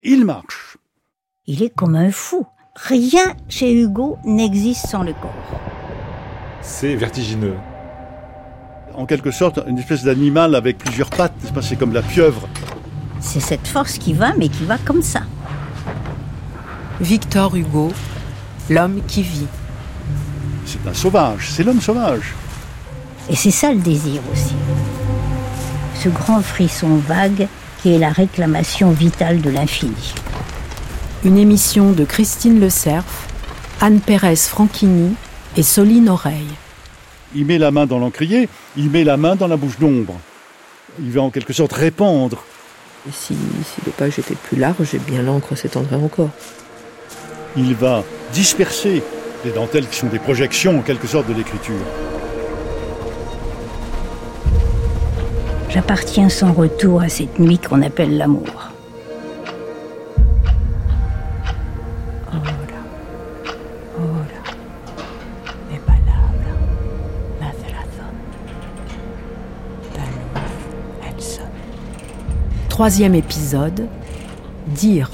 Il marche. Il est comme un fou. Rien chez Hugo n'existe sans le corps. C'est vertigineux. En quelque sorte, une espèce d'animal avec plusieurs pattes, n'est-ce pas ? C'est comme la pieuvre. C'est cette force qui va, mais qui va comme ça. Victor Hugo, l'homme qui vit. C'est un sauvage, c'est l'homme sauvage. Et c'est ça le désir aussi. Ce grand frisson vague qui est la réclamation vitale de l'infini. Une émission de Christine Le Cerf, Anne Pérez-Franchini et Soline Oreille. Il met la main dans l'encrier, il met la main dans la bouche d'ombre. Il va en quelque sorte répandre. Et si les pages étaient plus larges, eh bien l'encre s'étendrait encore. Il va disperser les dentelles qui sont des projections en quelque sorte de l'écriture. J'appartiens sans retour à cette nuit qu'on appelle l'amour. Troisième épisode, dire.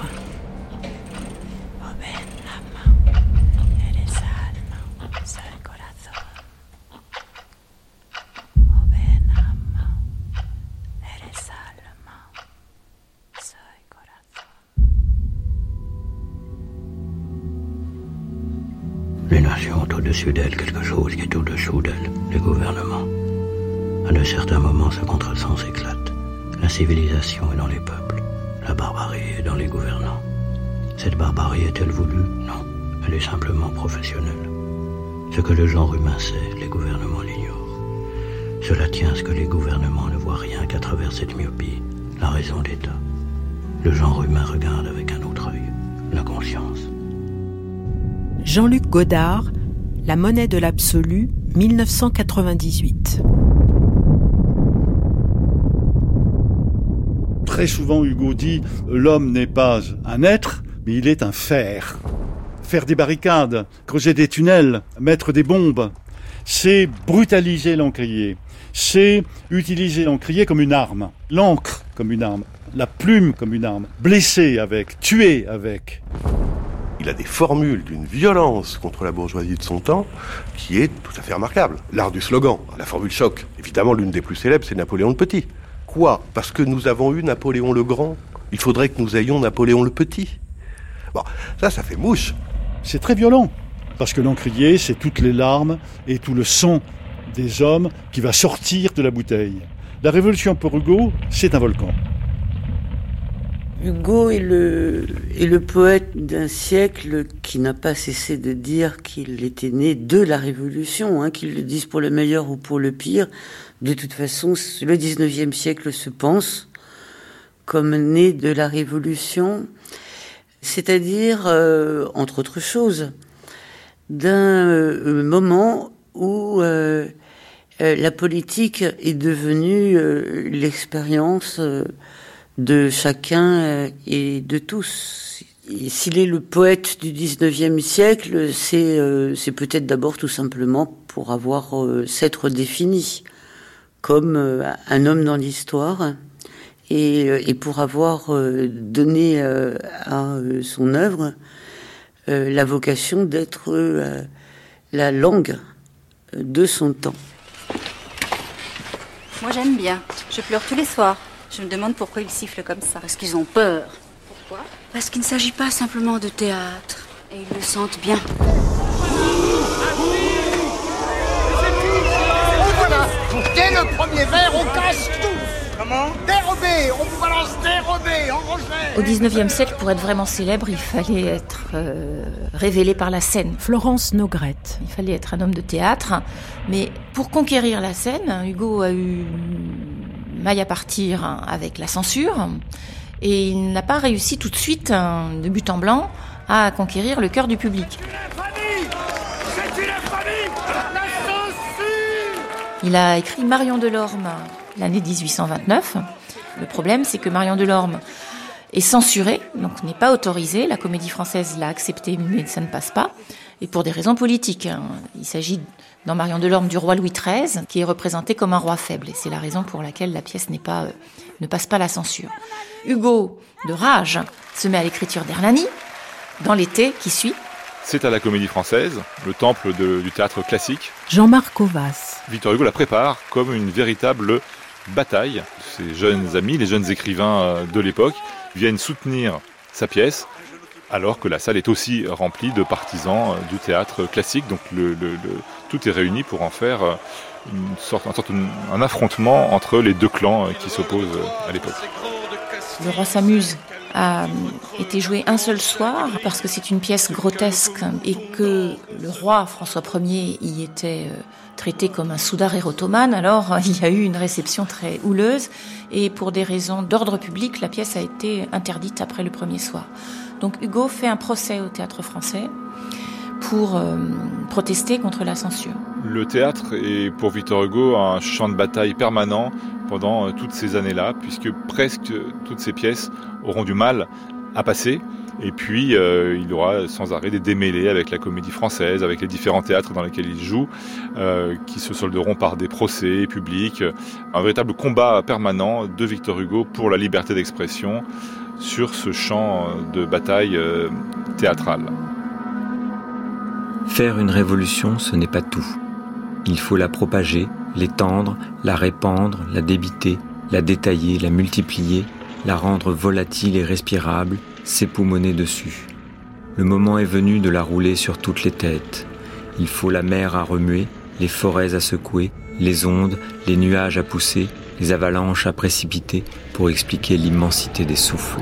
Les nations ont au-dessus d'elles quelque chose qui est au-dessous d'elles, les gouvernements. À de certains moments, ce contresens éclate. La civilisation est dans les peuples, la barbarie est dans les gouvernants. Cette barbarie est-elle voulue ? Non, elle est simplement professionnelle. Ce que le genre humain sait, les gouvernements l'ignorent. Cela tient à ce que les gouvernements ne voient rien qu'à travers cette myopie, la raison d'État. Le genre humain regarde avec un autre œil, la conscience. Jean-Luc Godard, La monnaie de l'absolu, 1998. Très souvent, Hugo dit « L'homme n'est pas un être, mais il est un fer. » Faire des barricades, creuser des tunnels, mettre des bombes, c'est brutaliser l'encrier. C'est utiliser l'encrier comme une arme, l'encre comme une arme, la plume comme une arme, blesser avec, tuer avec. Il a des formules d'une violence contre la bourgeoisie de son temps qui est tout à fait remarquable. L'art du slogan, la formule choc. Évidemment, l'une des plus célèbres, c'est Napoléon le Petit. Quoi ? Parce que nous avons eu Napoléon le Grand, il faudrait que nous ayons Napoléon le Petit. Bon, ça fait mouche. C'est très violent, parce que l'encrier, c'est toutes les larmes et tout le sang des hommes qui va sortir de la bouteille. La révolution pour Hugo, c'est un volcan. Hugo est le poète d'un siècle qui n'a pas cessé de dire qu'il était né de la Révolution, qu'il le dise pour le meilleur ou pour le pire. De toute façon, le 19e siècle se pense comme né de la Révolution, c'est-à-dire, entre autres choses, d'un moment où la politique est devenue l'expérience de chacun et de tous. Et s'il est le poète du 19e siècle, c'est peut-être d'abord tout simplement pour avoir s'être défini comme un homme dans l'histoire et pour avoir donné à son œuvre la vocation d'être la langue de son temps. Moi j'aime bien, je pleure tous les soirs. Je me demande pourquoi ils sifflent comme ça. Parce qu'ils ont peur. Pourquoi ? Parce qu'il ne s'agit pas simplement de théâtre. Et ils le sentent bien. Voilà, dès le premier verre, on casse tout. Comment ? Dérobé, on vous balance dérobé, en rangée. Au 19e siècle, pour être vraiment célèbre, il fallait être révélé par la scène. Florence Nogrette. Il fallait être un homme de théâtre. Mais pour conquérir la scène, Hugo a eu maille à partir avec la censure et il n'a pas réussi tout de suite, de but en blanc, à conquérir le cœur du public. Il a écrit Marion Delorme l'année 1829. Le problème, c'est que Marion Delorme est censurée, donc n'est pas autorisée. La Comédie Française l'a acceptée, mais ça ne passe pas. et pour des raisons politiques. Il s'agit dans Marion Delorme du roi Louis XIII, qui est représenté comme un roi faible. Et c'est la raison pour laquelle la pièce ne passe pas la censure. Hugo, de rage, se met à l'écriture d'Hernani dans l'été qui suit. C'est à la Comédie Française, le temple du théâtre classique. Jean-Marc Ovas. Victor Hugo la prépare comme une véritable bataille. Ses jeunes amis, les jeunes écrivains de l'époque, viennent soutenir sa pièce, alors que la salle est aussi remplie de partisans du théâtre classique. Donc tout est réuni pour en faire un affrontement entre les deux clans qui s'opposent à l'époque. Le roi s'amuse a été joué un seul soir parce que c'est une pièce grotesque et que le roi François Ier y était traité comme un soudard ottomane. Alors il y a eu une réception très houleuse et pour des raisons d'ordre public, la pièce a été interdite après le premier soir. Donc Hugo fait un procès au Théâtre Français pour protester contre la censure. Le théâtre est pour Victor Hugo un champ de bataille permanent pendant toutes ces années-là, puisque presque toutes ces pièces auront du mal à passer. Et puis, il aura sans arrêt des démêlés avec la Comédie Française, avec les différents théâtres dans lesquels il joue, qui se solderont par des procès publics. Un véritable combat permanent de Victor Hugo pour la liberté d'expression sur ce champ de bataille théâtrale. Faire une révolution, ce n'est pas tout. Il faut la propager, l'étendre, la répandre, la débiter, la détailler, la multiplier, la rendre volatile et respirable, s'époumoner dessus. Le moment est venu de la rouler sur toutes les têtes. Il faut la mer à remuer, les forêts à secouer, les ondes, les nuages à pousser, les avalanches à précipiter pour expliquer l'immensité des souffles.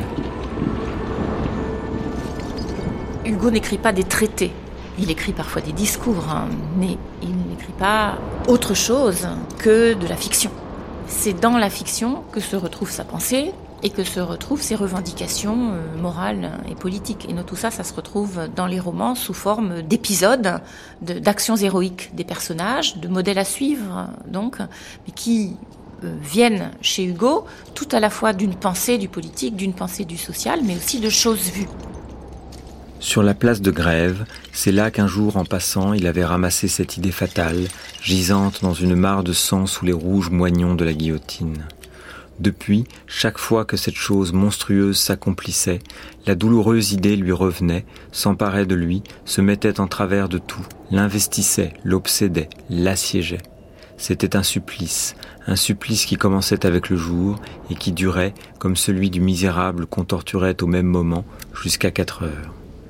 Hugo n'écrit pas des traités. Il écrit parfois des discours, mais il n'écrit pas autre chose que de la fiction. C'est dans la fiction que se retrouve sa pensée et que se retrouvent ses revendications morales et politiques. Et tout ça, ça se retrouve dans les romans sous forme d'épisodes, d'actions héroïques des personnages, de modèles à suivre, donc, mais qui viennent chez Hugo tout à la fois d'une pensée du politique, d'une pensée du social, mais aussi de choses vues. Sur la place de Grève, c'est là qu'un jour, en passant, il avait ramassé cette idée fatale, gisante dans une mare de sang sous les rouges moignons de la guillotine. Depuis, chaque fois que cette chose monstrueuse s'accomplissait, la douloureuse idée lui revenait, s'emparait de lui, se mettait en travers de tout, l'investissait, l'obsédait, l'assiégeait. C'était un supplice qui commençait avec le jour et qui durait, comme celui du misérable qu'on torturait au même moment, jusqu'à 4 heures.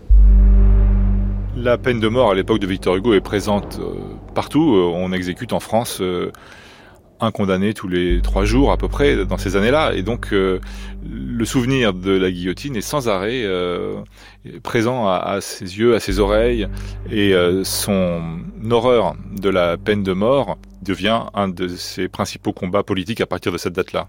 La peine de mort à l'époque de Victor Hugo est présente partout. On exécute en France un condamné tous les 3 jours à peu près dans ces années-là. Et donc le souvenir de la guillotine est sans arrêt présent à ses yeux, à ses oreilles. Et son horreur de la peine de mort devient un de ses principaux combats politiques à partir de cette date-là.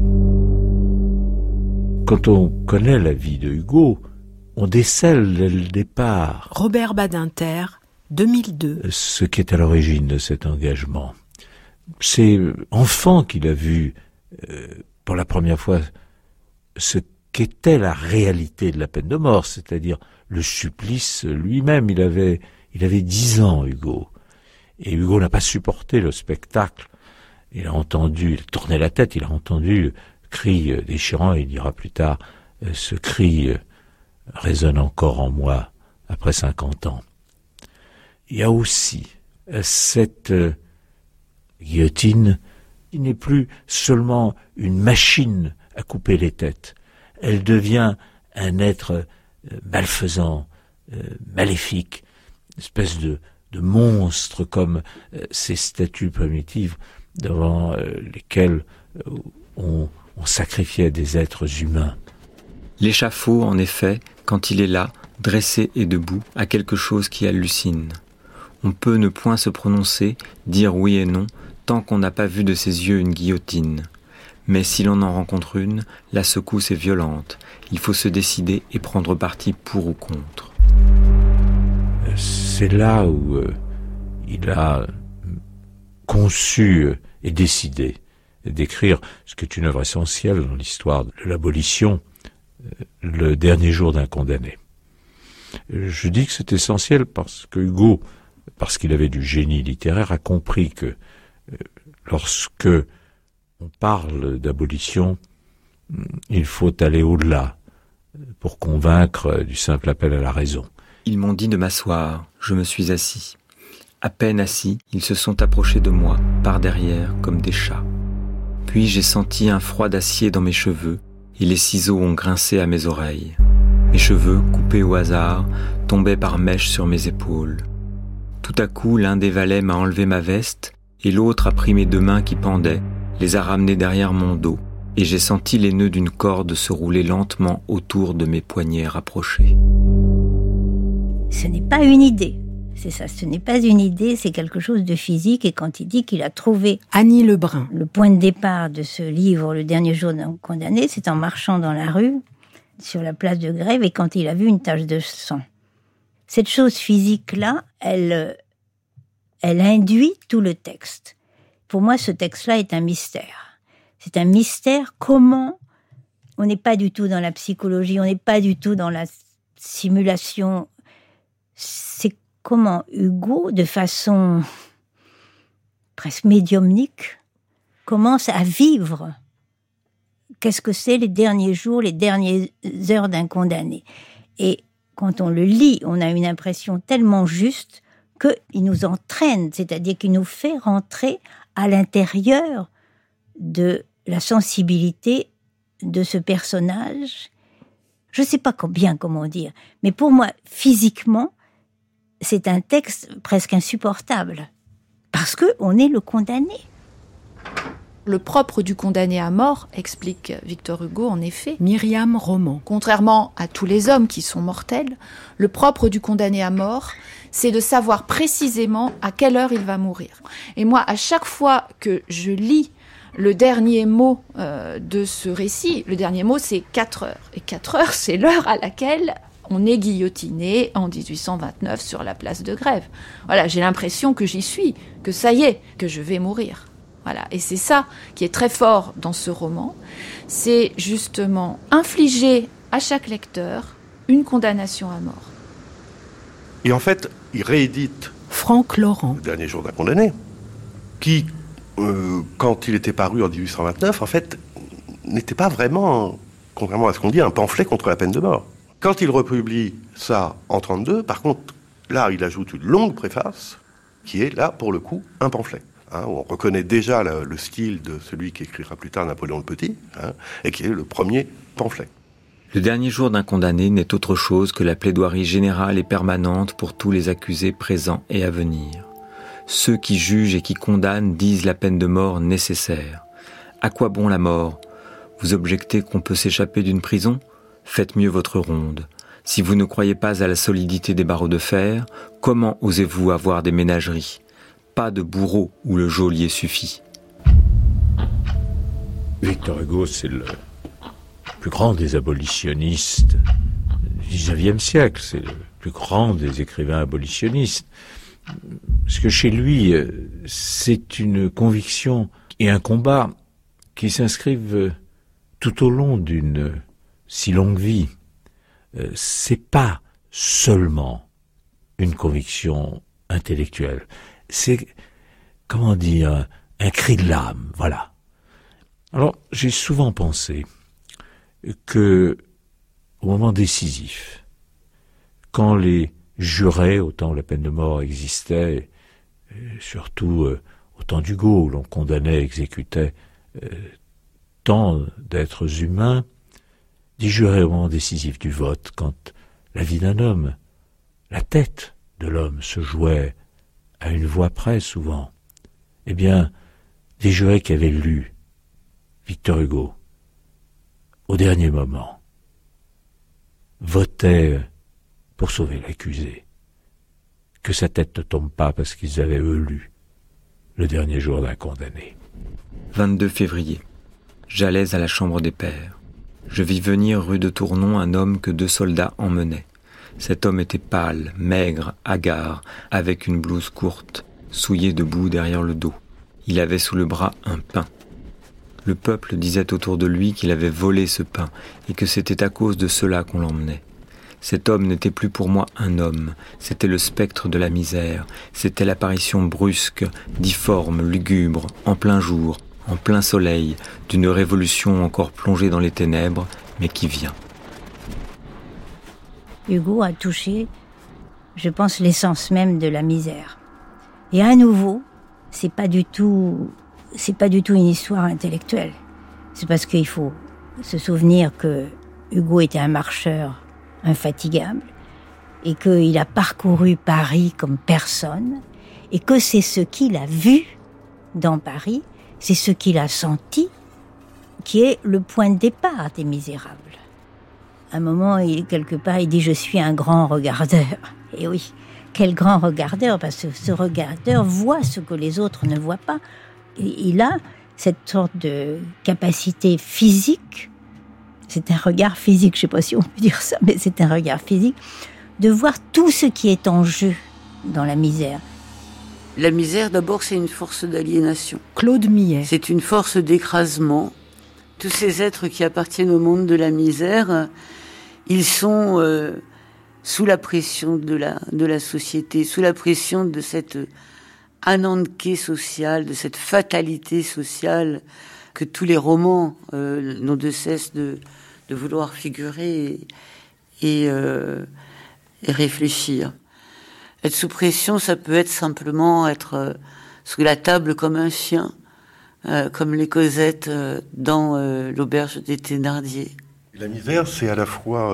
Quand on connaît la vie de Hugo, on décèle dès le départ. Robert Badinter, 2002. Ce qui est à l'origine de cet engagement. C'est enfant qu'il a vu pour la première fois ce qu'était la réalité de la peine de mort, c'est-à-dire le supplice lui-même. Il avait 10 ans, Hugo. Et Hugo n'a pas supporté le spectacle. Il a tourné la tête, il a entendu le cri déchirant, et il dira plus tard, ce cri résonne encore en moi après 50 ans. Il y a aussi cette guillotine qui n'est plus seulement une machine à couper les têtes. Elle devient un être malfaisant, maléfique, une espèce de monstre comme ces statues primitives devant lesquelles on sacrifiait des êtres humains. L'échafaud, en effet, quand il est là, dressé et debout, a quelque chose qui hallucine. On peut ne point se prononcer, dire oui et non, tant qu'on n'a pas vu de ses yeux une guillotine. Mais si l'on en rencontre une, la secousse est violente. Il faut se décider et prendre parti pour ou contre. C'est là où il a conçu et décidé d'écrire ce qui est une œuvre essentielle dans l'histoire de l'abolition, Le dernier jour d'un condamné. Je dis que c'est essentiel parce que Hugo, parce qu'il avait du génie littéraire, a compris que lorsque on parle d'abolition, il faut aller au-delà pour convaincre du simple appel à la raison. Ils m'ont dit de m'asseoir, je me suis assis. À peine assis, ils se sont approchés de moi, par derrière, comme des chats. Puis j'ai senti un froid d'acier dans mes cheveux, et les ciseaux ont grincé à mes oreilles. Mes cheveux, coupés au hasard, tombaient par mèches sur mes épaules. Tout à coup, l'un des valets m'a enlevé ma veste, et l'autre a pris mes 2 mains qui pendaient, les a ramenées derrière mon dos, et j'ai senti les nœuds d'une corde se rouler lentement autour de mes poignets rapprochés. Ce n'est pas une idée. C'est ça, ce n'est pas une idée, c'est quelque chose de physique. Et quand il dit qu'il a trouvé Annie Lebrun, le point de départ de ce livre, Le dernier jour d'un condamné, c'est en marchant dans la rue, sur la place de Grève, et quand il a vu une tache de sang. Cette chose physique-là, elle induit tout le texte. Pour moi, ce texte-là est un mystère. C'est un mystère. Comment on n'est pas du tout dans la psychologie, on n'est pas du tout dans la simulation. C'est comment Hugo, de façon presque médiumnique, commence à vivre. Qu'est-ce que c'est les derniers jours, les dernières heures d'un condamné? Et quand on le lit, on a une impression tellement juste qu'il nous entraîne, c'est-à-dire qu'il nous fait rentrer à l'intérieur de la sensibilité de ce personnage. Je ne sais pas bien comment dire, mais pour moi, physiquement, c'est un texte presque insupportable, parce qu'on est le condamné. Le propre du condamné à mort, explique Victor Hugo, en effet. Myriam Roman. Contrairement à tous les hommes qui sont mortels, le propre du condamné à mort, c'est de savoir précisément à quelle heure il va mourir. Et moi, à chaque fois que je lis le dernier mot de ce récit, le dernier mot, c'est 4 heures. Et 4 heures, c'est l'heure à laquelle on est guillotiné en 1829 sur la place de Grève. Voilà, j'ai l'impression que j'y suis, que ça y est, que je vais mourir. Voilà, et c'est ça qui est très fort dans ce roman, c'est justement infliger à chaque lecteur une condamnation à mort. Et en fait, il réédite Franck Laurent, Le dernier jour d'un condamné, qui, quand il était paru en 1829, en fait, n'était pas vraiment, contrairement à ce qu'on dit, un pamphlet contre la peine de mort. Quand il republie ça en 1932, par contre, là, il ajoute une longue préface, qui est, là, pour le coup, un pamphlet. On reconnaît déjà le style de celui qui écrira plus tard Napoléon le Petit, et qui est le premier pamphlet. Le dernier jour d'un condamné n'est autre chose que la plaidoirie générale et permanente pour tous les accusés présents et à venir. Ceux qui jugent et qui condamnent disent la peine de mort nécessaire. À quoi bon la mort? Vous objectez qu'on peut s'échapper d'une prison? Faites mieux votre ronde. Si vous ne croyez pas à la solidité des barreaux de fer, comment osez-vous avoir des ménageries? Pas de bourreau où le geôlier suffit. Victor Hugo, c'est le plus grand des abolitionnistes du XIXe siècle. C'est le plus grand des écrivains abolitionnistes. Parce que chez lui, c'est une conviction et un combat qui s'inscrivent tout au long d'une si longue vie. C'est pas seulement une conviction intellectuelle. C'est, comment dire, un cri de l'âme, voilà. Alors, j'ai souvent pensé que, au moment décisif, quand les jurés, au temps où la peine de mort existait, surtout au temps d'Hugo, où l'on condamnait, exécutait tant d'êtres humains, des jurés au moment décisif du vote, quand la vie d'un homme, la tête de l'homme se jouait à une voix près souvent, eh bien, des jurés qui avaient lu Victor Hugo, au dernier moment, votaient pour sauver l'accusé, que sa tête ne tombe pas parce qu'ils avaient eux lu Le dernier jour d'un condamné. 22 février. J'allais à la chambre des pairs. Je vis venir rue de Tournon un homme que 2 soldats emmenaient. Cet homme était pâle, maigre, hagard, avec une blouse courte, souillée de boue derrière le dos. Il avait sous le bras un pain. Le peuple disait autour de lui qu'il avait volé ce pain et que c'était à cause de cela qu'on l'emmenait. Cet homme n'était plus pour moi un homme, c'était le spectre de la misère, c'était l'apparition brusque, difforme, lugubre, en plein jour, en plein soleil, d'une révolution encore plongée dans les ténèbres, mais qui vient. Hugo a touché, je pense, l'essence même de la misère. Et à nouveau, c'est pas du tout une histoire intellectuelle. C'est parce qu'il faut se souvenir que Hugo était un marcheur infatigable et qu'il a parcouru Paris comme personne et que c'est ce qu'il a vu dans Paris, c'est ce qu'il a senti qui est le point de départ des Misérables. À un moment, quelque part, il dit « Je suis un grand regardeur ». Et oui, quel grand regardeur, parce que ce regardeur voit ce que les autres ne voient pas. Et il a cette sorte de capacité physique, c'est un regard physique, je ne sais pas si on peut dire ça, mais c'est un regard physique, de voir tout ce qui est en jeu dans la misère. La misère, d'abord, c'est une force d'aliénation. Claude Millet. C'est une force d'écrasement. Tous ces êtres qui appartiennent au monde de la misère, ils sont sous la pression de la société, sous la pression de cette ananké sociale, de cette fatalité sociale que tous les romans n'ont de cesse de vouloir figurer et réfléchir. Être sous pression, ça peut être simplement être sous la table comme un chien, comme les Cosette dans l'auberge des Thénardier. La misère, c'est à la fois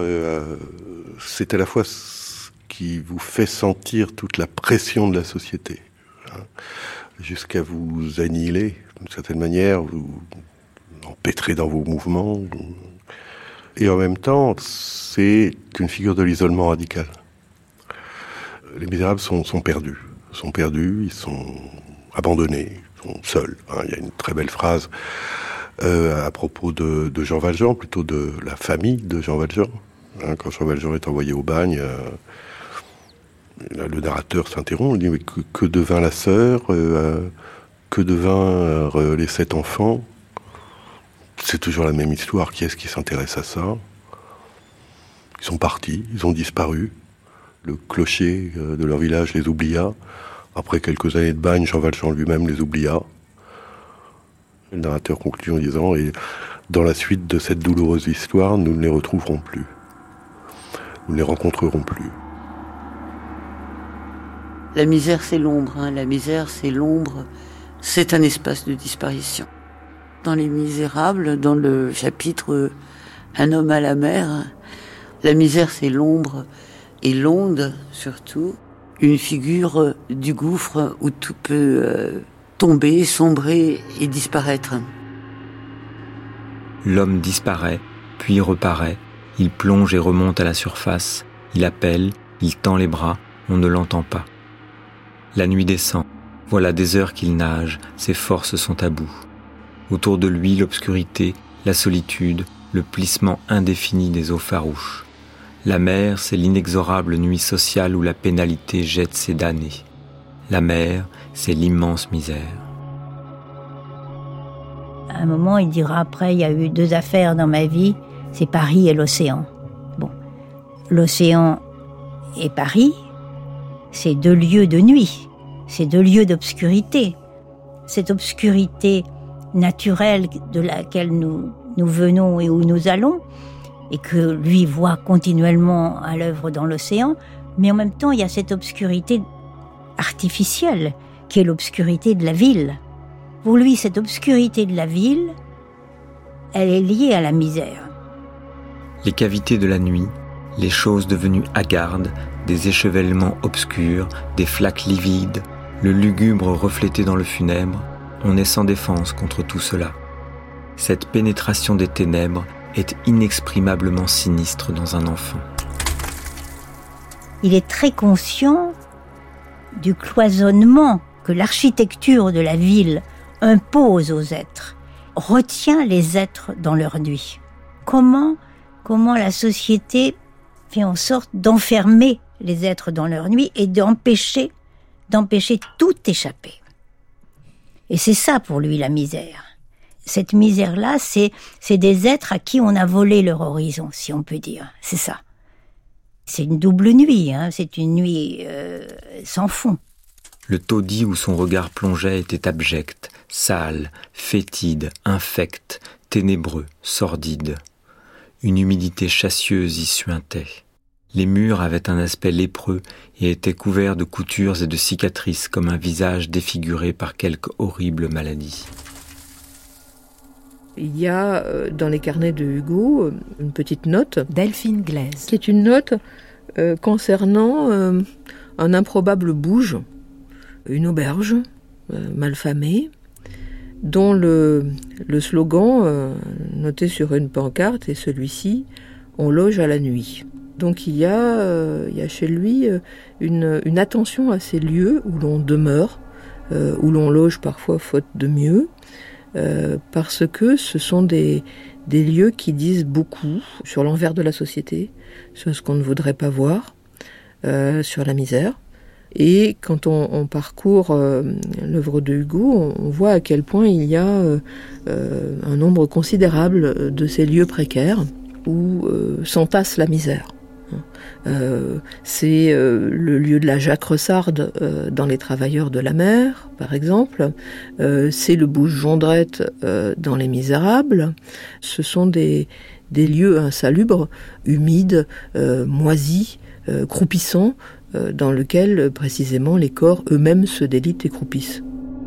ce qui vous fait sentir toute la pression de la société, hein, jusqu'à vous annihiler d'une certaine manière, vous empêtrez dans vos mouvements. Et en même temps, c'est une figure de l'isolement radical. Les Misérables sont perdus, ils sont abandonnés, ils sont seuls. Hein. Il y a une très belle phrase à propos de Jean Valjean, plutôt de la famille de Jean Valjean. Hein, quand Jean Valjean est envoyé au bagne, le narrateur s'interrompt, il dit mais que devint la sœur, que devinrent les 7 enfants. C'est toujours la même histoire, qui est-ce qui s'intéresse à ça? Ils sont partis, ils ont disparu. Le clocher de leur village les oublia. Après quelques années de bagne, Jean Valjean lui-même les oublia. Le narrateur conclut en disant « Et dans la suite de cette douloureuse histoire, nous ne les retrouverons plus. Nous ne les rencontrerons plus. » La misère, c'est l'ombre. Hein. La misère, c'est l'ombre. C'est un espace de disparition. Dans Les Misérables, dans le chapitre « Un homme à la mer », la misère, c'est l'ombre et l'onde, surtout, une figure du gouffre où tout peut tomber, sombrer et disparaître. L'homme disparaît, puis reparaît, il plonge et remonte à la surface, il appelle, il tend les bras, on ne l'entend pas. La nuit descend, voilà des heures qu'il nage, ses forces sont à bout. Autour de lui, l'obscurité, la solitude, le plissement indéfini des eaux farouches. La mer, c'est l'inexorable nuit sociale où la pénalité jette ses damnés. La mer, c'est l'immense misère. À un moment, il dira après, il y a eu 2 affaires dans ma vie, c'est Paris et l'océan. Bon, l'océan et Paris, c'est 2 lieux de nuit, c'est 2 lieux d'obscurité. Cette obscurité naturelle de laquelle nous venons et où nous allons, et que lui voit continuellement à l'œuvre dans l'océan, mais en même temps, il y a cette obscurité artificielle, qui est l'obscurité de la ville. Pour lui, cette obscurité de la ville, elle est liée à la misère. Les cavités de la nuit, les choses devenues hagardes, des échevellements obscurs, des flaques livides, le lugubre reflété dans le funèbre, on est sans défense contre tout cela. Cette pénétration des ténèbres est inexprimablement sinistre dans un enfant. Il est très conscient du cloisonnement que l'architecture de la ville impose aux êtres, retient les êtres dans leur nuit. Comment la société fait en sorte d'enfermer les êtres dans leur nuit et d'empêcher tout échapper. Et c'est ça pour lui la misère. Cette misère-là, c'est des êtres à qui on a volé leur horizon, si on peut dire. C'est ça. C'est une double nuit, c'est une nuit sans fond. Le taudis où son regard plongeait était abject, sale, fétide, infect, ténébreux, sordide. Une humidité chassieuse y suintait. Les murs avaient un aspect lépreux et étaient couverts de coutures et de cicatrices comme un visage défiguré par quelque horrible maladie. Il y a dans les carnets de Hugo une petite note Delphine Glaise, qui est une note concernant un improbable bouge, une auberge malfamée, dont le slogan noté sur une pancarte est celui-ci « On loge à la nuit ». Donc il y a chez lui une attention à ces lieux où l'on demeure, où l'on loge parfois faute de mieux, parce que ce sont des lieux qui disent beaucoup sur l'envers de la société, sur ce qu'on ne voudrait pas voir, sur la misère. Et quand on parcourt l'œuvre de Hugo, on voit à quel point il y a un nombre considérable de ces lieux précaires où s'entasse la misère. C'est le lieu de la Jacques Ressarde dans Les Travailleurs de la mer, par exemple. C'est le Bouge Jondrette dans Les Misérables. Ce sont des lieux insalubres, humides, moisis, croupissants, dans lesquels précisément les corps eux-mêmes se délitent et croupissent.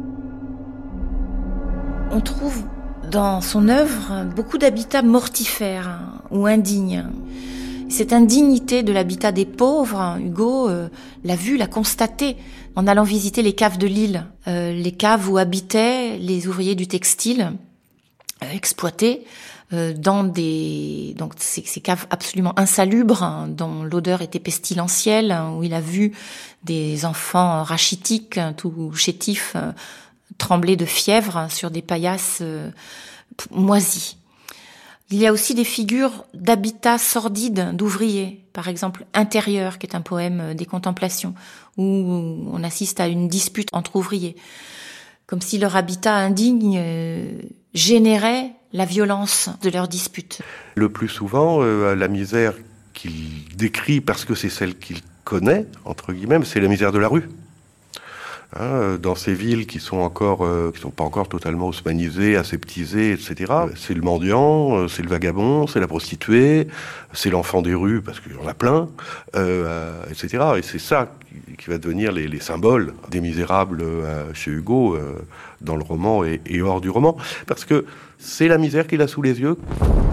On trouve dans son œuvre beaucoup d'habitats mortifères ou indignes. Cette indignité de l'habitat des pauvres, Hugo l'a vu, l'a constaté en allant visiter les caves de Lille, les caves où habitaient les ouvriers du textile exploités dans ces caves absolument insalubres, dont l'odeur était pestilentielle, où il a vu des enfants rachitiques, tout chétifs, trembler de fièvre sur des paillasses moisies. Il y a aussi des figures d'habitats sordides d'ouvriers, par exemple Intérieur, qui est un poème des Contemplations, où on assiste à une dispute entre ouvriers, comme si leur habitat indigne générait la violence de leur dispute. Le plus souvent, la misère qu'il décrit, parce que c'est celle qu'il connaît, entre guillemets, c'est la misère de la rue. Dans ces villes qui sont pas encore totalement haussmannisées, aseptisées, etc. C'est le mendiant, c'est le vagabond, c'est la prostituée, c'est l'enfant des rues, parce qu'il y en a plein, etc. Et c'est ça qui va devenir les symboles des Misérables chez Hugo, dans le roman et hors du roman. Parce que c'est la misère qu'il a sous les yeux.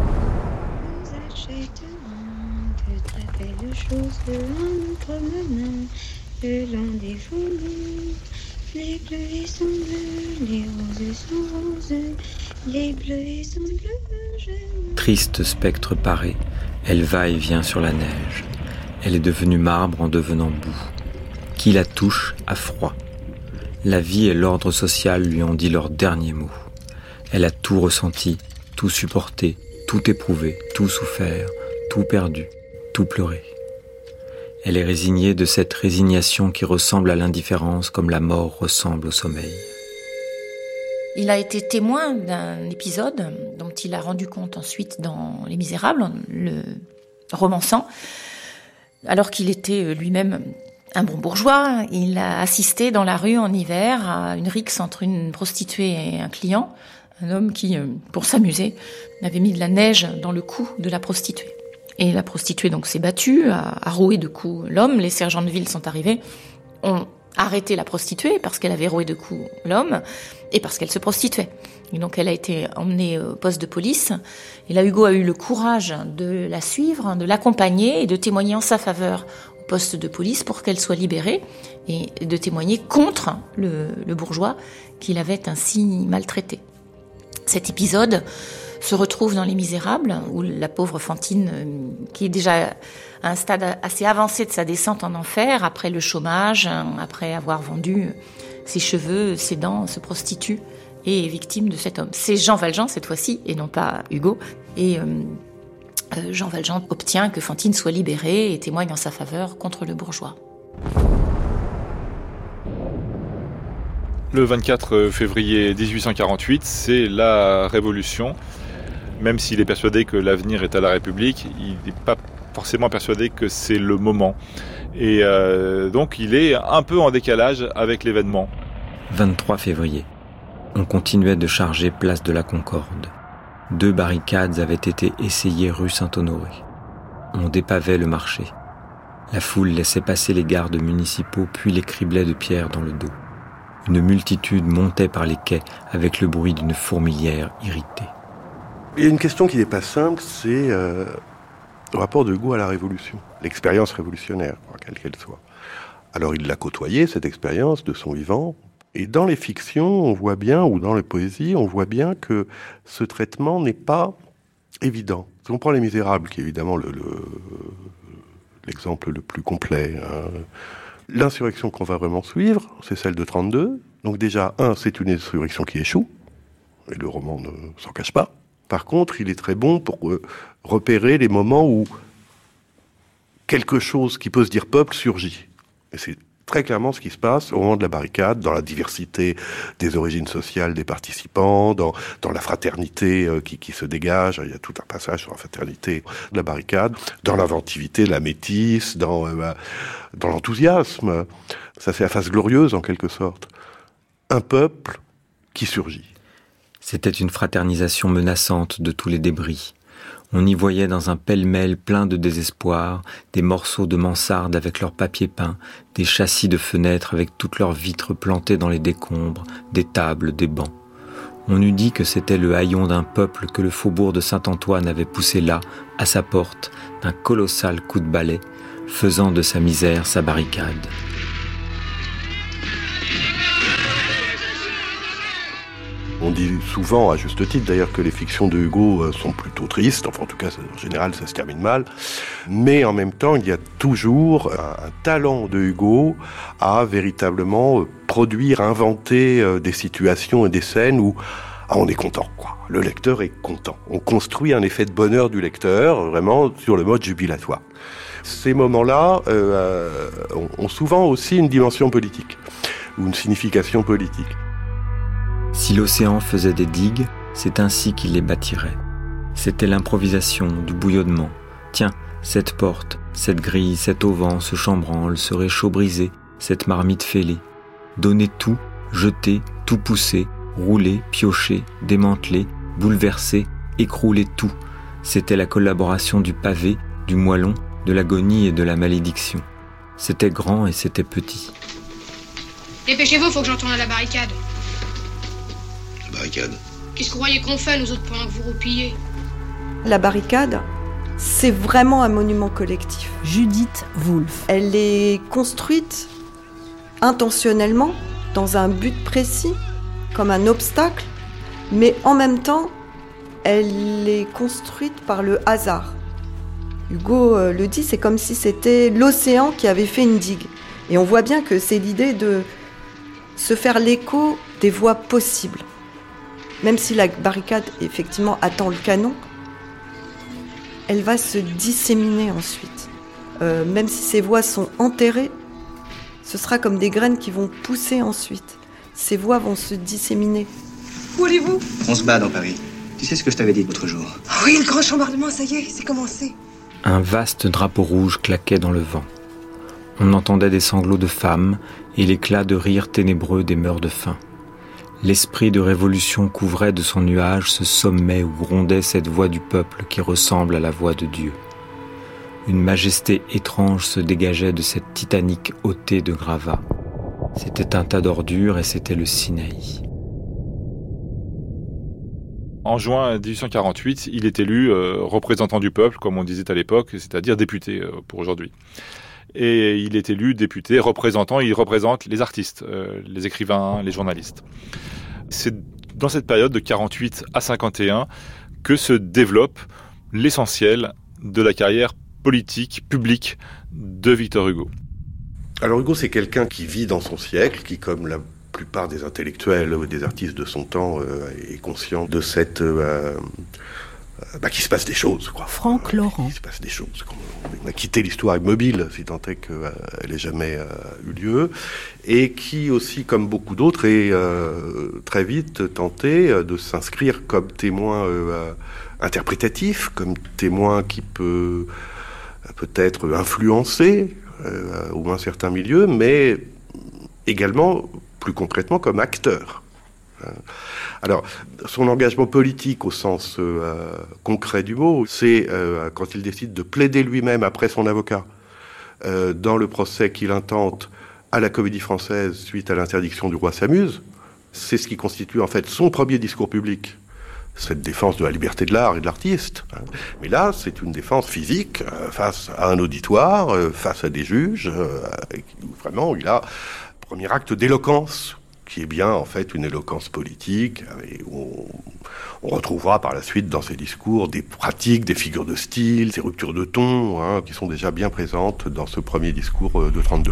Le long des journées, les bleus sont bleus, les roses sont roses, les bleus sont bleus. Triste spectre paré, elle va et vient sur la neige. Elle est devenue marbre en devenant boue. Qui la touche a froid. La vie et l'ordre social lui ont dit leurs derniers mots. Elle a tout ressenti, tout supporté, tout éprouvé, tout souffert, tout perdu, tout pleuré. Elle est résignée de cette résignation qui ressemble à l'indifférence comme la mort ressemble au sommeil. Il a été témoin d'un épisode dont il a rendu compte ensuite dans Les Misérables, le romançant. Alors qu'il était lui-même un bon bourgeois, il a assisté dans la rue en hiver à une rixe entre une prostituée et un client, un homme qui, pour s'amuser, avait mis de la neige dans le cou de la prostituée. Et la prostituée donc s'est battue, a roué de coups l'homme. Les sergents de ville sont arrivés, ont arrêté la prostituée parce qu'elle avait roué de coups l'homme et parce qu'elle se prostituait. Et donc elle a été emmenée au poste de police. Et là, Hugo a eu le courage de la suivre, de l'accompagner et de témoigner en sa faveur au poste de police pour qu'elle soit libérée et de témoigner contre le bourgeois qu'il avait ainsi maltraité. Cet épisode se retrouve dans Les Misérables, où la pauvre Fantine, qui est déjà à un stade assez avancé de sa descente en enfer, après le chômage, après avoir vendu ses cheveux, ses dents, se prostitue et est victime de cet homme. C'est Jean Valjean cette fois-ci, et non pas Hugo. Et Jean Valjean obtient que Fantine soit libérée et témoigne en sa faveur contre le bourgeois. Le 24 février 1848, c'est la Révolution. Même s'il est persuadé que l'avenir est à la République, il n'est pas forcément persuadé que c'est le moment. Et donc il est un peu en décalage avec l'événement. 23 février. On continuait de charger place de la Concorde. 2 barricades avaient été essayées rue Saint-Honoré. On dépavait le marché. La foule laissait passer les gardes municipaux puis les criblait de pierres dans le dos. Une multitude montait par les quais avec le bruit d'une fourmilière irritée. Il y a une question qui n'est pas simple, c'est le rapport de Hugo à la Révolution, l'expérience révolutionnaire, quelle qu'elle soit. Alors il l'a côtoyée, cette expérience, de son vivant, et dans les fictions, on voit bien, ou dans les poésies, on voit bien que ce traitement n'est pas évident. Si on prend Les Misérables, qui est évidemment l'exemple le plus complet, l'insurrection qu'on va vraiment suivre, c'est celle de 32. Donc déjà, c'est une insurrection qui échoue, et le roman ne s'en cache pas. Par contre, il est très bon pour repérer les moments où quelque chose qui peut se dire peuple surgit. Et c'est très clairement ce qui se passe au moment de la barricade, dans la diversité des origines sociales des participants, dans la fraternité qui se dégage. Il y a tout un passage sur la fraternité de la barricade, dans l'inventivité de la métisse, dans l'enthousiasme. Ça, c'est la face glorieuse, en quelque sorte. Un peuple qui surgit. C'était une fraternisation menaçante de tous les débris. On y voyait dans un pêle-mêle plein de désespoir, des morceaux de mansardes avec leurs papiers peints, des châssis de fenêtres avec toutes leurs vitres plantées dans les décombres, des tables, des bancs. On eût dit que c'était le haillon d'un peuple que le faubourg de Saint-Antoine avait poussé là, à sa porte, d'un colossal coup de balai, faisant de sa misère sa barricade. On dit souvent, à juste titre d'ailleurs, que les fictions de Hugo sont plutôt tristes. Enfin, en tout cas, en général, ça se termine mal. Mais en même temps, il y a toujours un talent de Hugo à véritablement produire, inventer des situations et des scènes où on est content, quoi. Le lecteur est content. On construit un effet de bonheur du lecteur, vraiment sur le mode jubilatoire. Ces moments-là ont souvent aussi une dimension politique, ou une signification politique. Si l'océan faisait des digues, c'est ainsi qu'il les bâtirait. C'était l'improvisation, du bouillonnement. Tiens, cette porte, cette grille, cet auvent, ce chambranle, ce réchaud brisé, cette marmite fêlée. Donner tout, jeter, tout pousser, rouler, piocher, démanteler, bouleverser, écrouler tout. C'était la collaboration du pavé, du moellon, de l'agonie et de la malédiction. C'était grand et c'était petit. Dépêchez-vous, faut que j'en tourne à la barricade. Barricade. Qu'est-ce que vous croyez qu'on fait, nous autres, pendant que vous roupillez ? La barricade, c'est vraiment un monument collectif. Judith Woolf. Elle est construite intentionnellement, dans un but précis, comme un obstacle, mais en même temps, elle est construite par le hasard. Hugo le dit, c'est comme si c'était l'océan qui avait fait une digue. Et on voit bien que c'est l'idée de se faire l'écho des voies possibles. Même si la barricade, effectivement, attend le canon, elle va se disséminer ensuite. Même si ces voies sont enterrées, ce sera comme des graines qui vont pousser ensuite. Ces voies vont se disséminer. Où allez-vous ? On se bat dans Paris. Tu sais ce que je t'avais dit l'autre jour ? Oh oui, le grand chambardement, ça y est, c'est commencé. Un vaste drapeau rouge claquait dans le vent. On entendait des sanglots de femmes et l'éclat de rire ténébreux des meurt-de-faim. L'esprit de révolution couvrait de son nuage ce sommet où grondait cette voix du peuple qui ressemble à la voix de Dieu. Une majesté étrange se dégageait de cette titanique hautée de gravats. C'était un tas d'ordures et c'était le Sinaï. En juin 1848, il est élu représentant du peuple, comme on disait à l'époque, c'est-à-dire député pour aujourd'hui. Et il est élu député représentant, il représente les artistes, les écrivains, les journalistes. C'est dans cette période de 48 à 51 que se développe l'essentiel de la carrière politique, publique de Victor Hugo. Alors Hugo, c'est quelqu'un qui vit dans son siècle, qui, comme la plupart des intellectuels ou des artistes de son temps, est conscient de cette... qu'il se passe des choses, quoi. Franck Laurent. Il se passe des choses. On a quitté l'histoire immobile, si tant est qu'elle ait jamais eu lieu, et qui aussi, comme beaucoup d'autres, est très vite tenté de s'inscrire comme témoin interprétatif, comme témoin qui peut peut-être influencé, au moins certains milieux, mais également, plus concrètement, comme acteur. Alors, son engagement politique au sens concret du mot, c'est quand il décide de plaider lui-même après son avocat dans le procès qu'il intente à la Comédie Française suite à l'interdiction du roi s'amuse. C'est ce qui constitue en fait son premier discours public, cette défense de la liberté de l'art et de l'artiste. Mais là, c'est une défense physique face à un auditoire, face à des juges. Vraiment, il a un premier acte d'éloquence qui est bien en fait une éloquence politique, et on retrouvera par la suite dans ses discours des pratiques, des figures de style, ces ruptures de ton, qui sont déjà bien présentes dans ce premier discours de 32.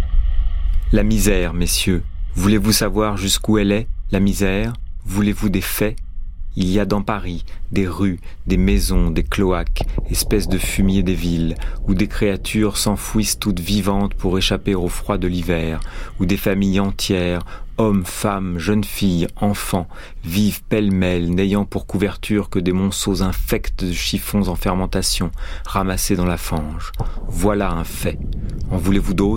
La misère, messieurs, voulez-vous savoir jusqu'où elle est, la misère ? Voulez-vous des faits ? Il y a dans Paris des rues, des maisons, des cloaques, espèces de fumier des villes, où des créatures s'enfouissent toutes vivantes pour échapper au froid de l'hiver, où des familles entières, hommes, femmes, jeunes filles, enfants, vivent pêle-mêle, n'ayant pour couverture que des monceaux infects de chiffons en fermentation, ramassés dans la fange. Voilà un fait. En voulez-vous d'autres ?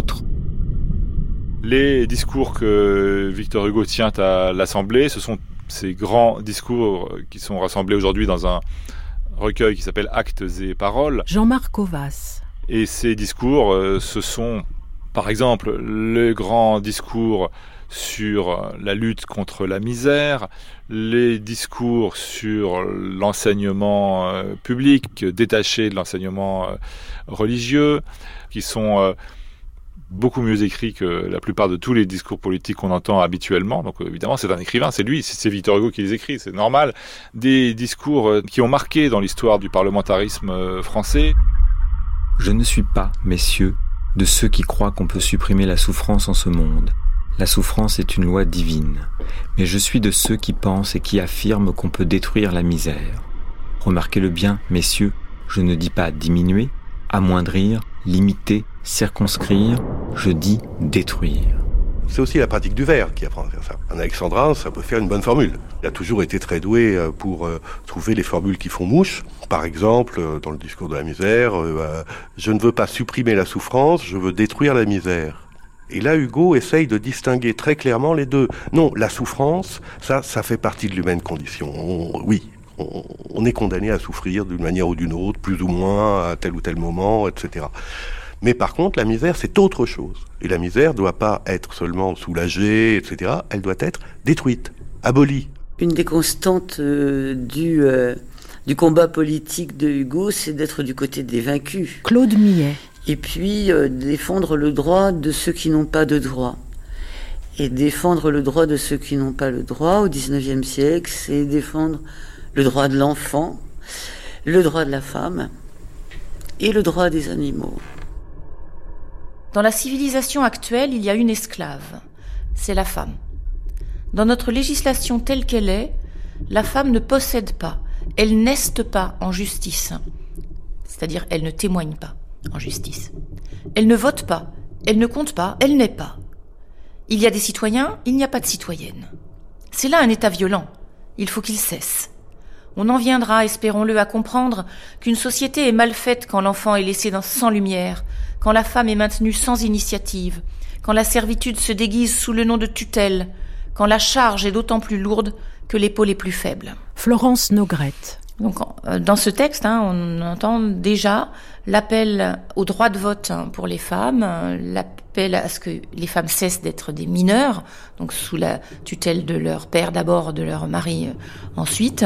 Les discours que Victor Hugo tient à l'Assemblée, ce sont ces grands discours qui sont rassemblés aujourd'hui dans un recueil qui s'appelle Actes et Paroles. Jean-Marc Ovas. Et ces discours, ce sont, par exemple, le grand discours sur la lutte contre la misère, les discours sur l'enseignement public, détaché de l'enseignement religieux, qui sont beaucoup mieux écrits que la plupart de tous les discours politiques qu'on entend habituellement. Donc évidemment, c'est un écrivain, c'est lui, c'est Victor Hugo qui les écrit, c'est normal. Des discours qui ont marqué dans l'histoire du parlementarisme français. Je ne suis pas, messieurs, de ceux qui croient qu'on peut supprimer la souffrance en ce monde. La souffrance est une loi divine. Mais je suis de ceux qui pensent et qui affirment qu'on peut détruire la misère. Remarquez-le bien, messieurs, je ne dis pas diminuer, amoindrir, limiter, circonscrire, je dis détruire. C'est aussi la pratique du vers qui apprend à faire ça. Un alexandrin, ça peut faire une bonne formule. Il a toujours été très doué pour trouver les formules qui font mouche. Par exemple, dans le discours de la misère, je ne veux pas supprimer la souffrance, je veux détruire la misère. Et là, Hugo essaye de distinguer très clairement les deux. Non, la souffrance, ça fait partie de l'humaine condition. On est condamné à souffrir d'une manière ou d'une autre, plus ou moins, à tel ou tel moment, etc. Mais par contre, la misère, c'est autre chose. Et la misère ne doit pas être seulement soulagée, etc. Elle doit être détruite, abolie. Une des constantes du combat politique de Hugo, c'est d'être du côté des vaincus. Claude Millet. Et puis, défendre le droit de ceux qui n'ont pas de droit. Et défendre le droit de ceux qui n'ont pas le droit, au XIXe siècle, c'est défendre le droit de l'enfant, le droit de la femme et le droit des animaux. Dans la civilisation actuelle, il y a une esclave, c'est la femme. Dans notre législation telle qu'elle est, la femme ne possède pas, elle n'este pas en justice. C'est-à-dire, elle ne témoigne pas en justice. Elle ne vote pas, elle ne compte pas, elle n'est pas. Il y a des citoyens, il n'y a pas de citoyennes. C'est là un état violent, il faut qu'il cesse. On en viendra, espérons-le, à comprendre qu'une société est mal faite quand l'enfant est laissé sans lumière, quand la femme est maintenue sans initiative, quand la servitude se déguise sous le nom de tutelle, quand la charge est d'autant plus lourde que l'épaule est plus faible. Florence Nogrette. Donc, dans ce texte, on entend déjà l'appel au droit de vote pour les femmes, l'appel à ce que les femmes cessent d'être des mineurs, donc sous la tutelle de leur père d'abord, de leur mari ensuite.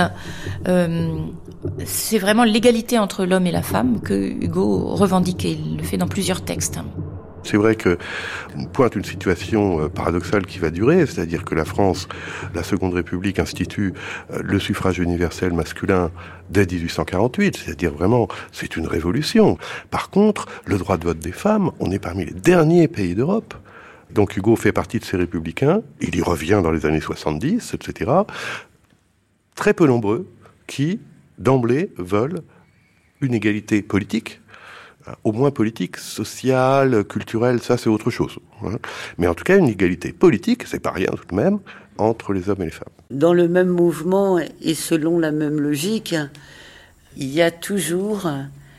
C'est vraiment l'égalité entre l'homme et la femme que Hugo revendique, et il le fait dans plusieurs textes. C'est vrai que pointe une situation paradoxale qui va durer, c'est-à-dire que la France, la Seconde République, institue le suffrage universel masculin dès 1848, c'est-à-dire vraiment, c'est une révolution. Par contre, le droit de vote des femmes, on est parmi les derniers pays d'Europe. Donc Hugo fait partie de ces républicains, il y revient dans les années 70, etc. Très peu nombreux qui, d'emblée, veulent une égalité politique, au moins politique, sociale, culturelle, ça c'est autre chose. Mais en tout cas, une égalité politique, c'est pas rien tout de même, entre les hommes et les femmes. Dans le même mouvement et selon la même logique, il y a toujours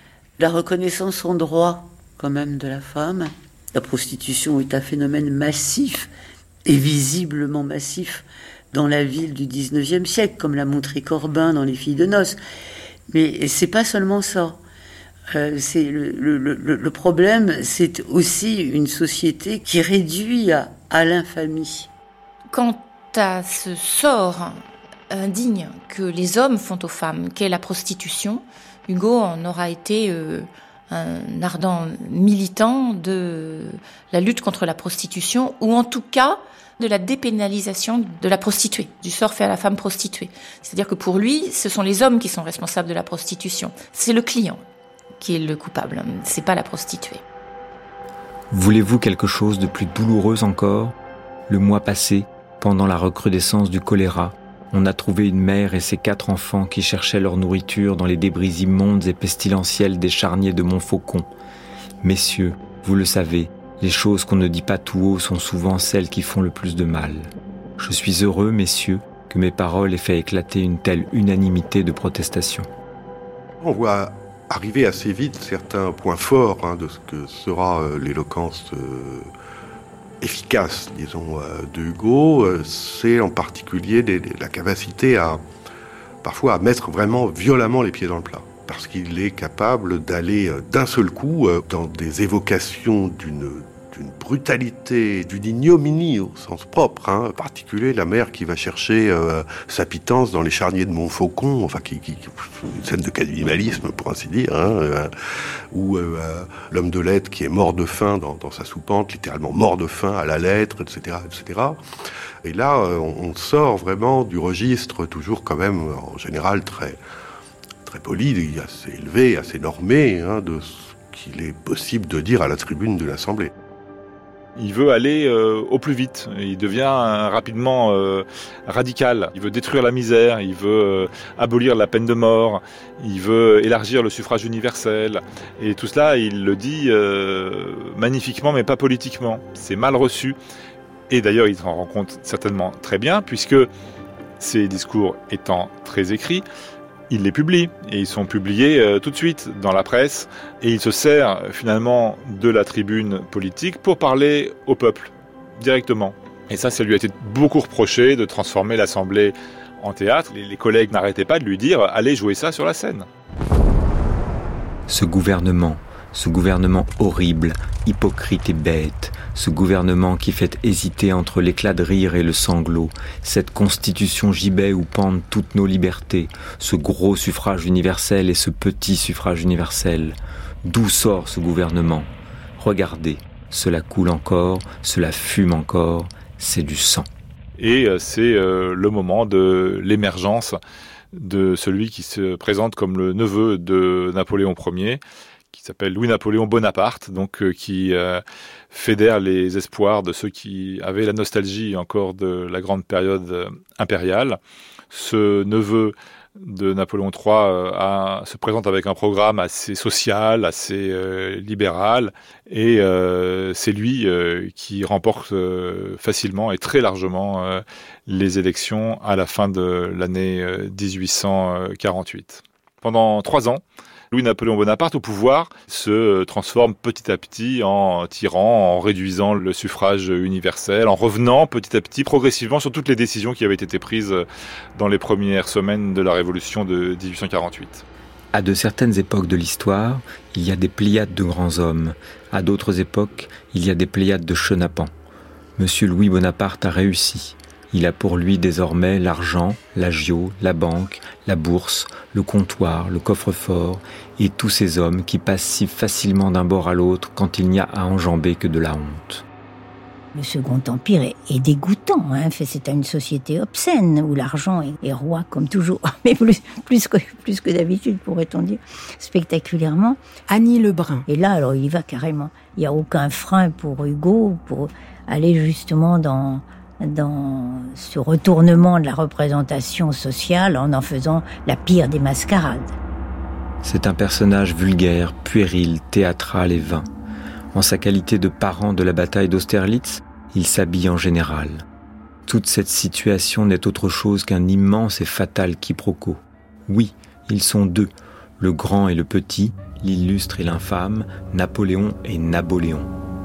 la reconnaissance en droit quand même de la femme. La prostitution est un phénomène massif et visiblement massif dans la ville du 19e siècle, comme l'a montré Corbin dans Les filles de noces. Mais c'est pas seulement ça. C'est le problème, c'est aussi une société qui réduit à l'infamie. Quant à ce sort indigne que les hommes font aux femmes, qu'est la prostitution, Hugo en aura été un ardent militant de la lutte contre la prostitution, ou en tout cas de la dépénalisation de la prostituée, du sort fait à la femme prostituée. C'est-à-dire que pour lui, ce sont les hommes qui sont responsables de la prostitution. C'est le client qui est le coupable, c'est pas la prostituée. Voulez-vous quelque chose de plus douloureux encore ? Le mois passé, pendant la recrudescence du choléra, on a trouvé une mère et ses 4 enfants qui cherchaient leur nourriture dans les débris immondes et pestilentiels des charniers de Montfaucon. Messieurs, vous le savez, les choses qu'on ne dit pas tout haut sont souvent celles qui font le plus de mal. Je suis heureux, messieurs, que mes paroles aient fait éclater une telle unanimité de protestation. On voit arriver assez vite certains points forts de ce que sera l'éloquence efficace, disons, de Hugo. C'est en particulier la capacité parfois à mettre vraiment violemment les pieds dans le plat. Parce qu'il est capable d'aller d'un seul coup dans des évocations d'une brutalité, d'une ignominie au sens propre, en particulier la mère qui va chercher sa pitance dans les charniers de Montfaucon, enfin une scène de cannibalisme pour ainsi dire, ou l'homme de lettre qui est mort de faim dans sa soupente, littéralement mort de faim à la lettre, etc., etc. Et là, on sort vraiment du registre toujours quand même en général très poli, assez élevé, assez normé, de ce qu'il est possible de dire à la tribune de l'Assemblée. Il veut aller au plus vite. Il devient rapidement radical. Il veut détruire la misère. Il veut abolir la peine de mort. Il veut élargir le suffrage universel. Et tout cela, il le dit magnifiquement, mais pas politiquement. C'est mal reçu. Et d'ailleurs, il s'en rend compte certainement très bien, puisque ces discours étant très écrits, il les publie, et ils sont publiés tout de suite dans la presse, et il se sert finalement de la tribune politique pour parler au peuple, directement. Et ça lui a été beaucoup reproché de transformer l'Assemblée en théâtre. Les collègues n'arrêtaient pas de lui dire « allez jouer ça sur la scène ». Ce gouvernement horrible, hypocrite et bête, ce gouvernement qui fait hésiter entre l'éclat de rire et le sanglot, cette constitution gibet où pendent toutes nos libertés, ce gros suffrage universel et ce petit suffrage universel. D'où sort ce gouvernement ? Regardez, cela coule encore, cela fume encore, c'est du sang. Et c'est le moment de l'émergence de celui qui se présente comme le neveu de Napoléon Ier, qui s'appelle Louis-Napoléon Bonaparte, donc qui fédère les espoirs de ceux qui avaient la nostalgie encore de la grande période impériale. Ce neveu de Napoléon III se présente avec un programme assez social, assez libéral, et c'est lui qui remporte facilement et très largement les élections à la fin de l'année 1848. Pendant 3 ans, Louis-Napoléon Bonaparte, au pouvoir, se transforme petit à petit en tyran, en réduisant le suffrage universel, en revenant petit à petit, progressivement, sur toutes les décisions qui avaient été prises dans les premières semaines de la Révolution de 1848. À de certaines époques de l'histoire, il y a des pléiades de grands hommes. À d'autres époques, il y a des pléiades de chenapans. Monsieur Louis Bonaparte a réussi. Il a pour lui désormais l'argent, l'agio, la banque, la bourse, le comptoir, le coffre-fort et tous ces hommes qui passent si facilement d'un bord à l'autre quand il n'y a à enjamber que de la honte. Le Second Empire est dégoûtant, c'est une société obscène où l'argent est roi comme toujours, mais plus que d'habitude, pourrait-on dire, spectaculairement. Annie Lebrun. Et là, alors, il y va carrément. Il n'y a aucun frein pour Hugo pour aller justement dans ce retournement de la représentation sociale en faisant la pire des mascarades. C'est un personnage vulgaire, puéril, théâtral et vain. En sa qualité de parent de la bataille d'Austerlitz, il s'habille en général. Toute cette situation n'est autre chose qu'un immense et fatal quiproquo. Oui, ils sont deux, le grand et le petit, l'illustre et l'infâme, Napoléon et Naboléon.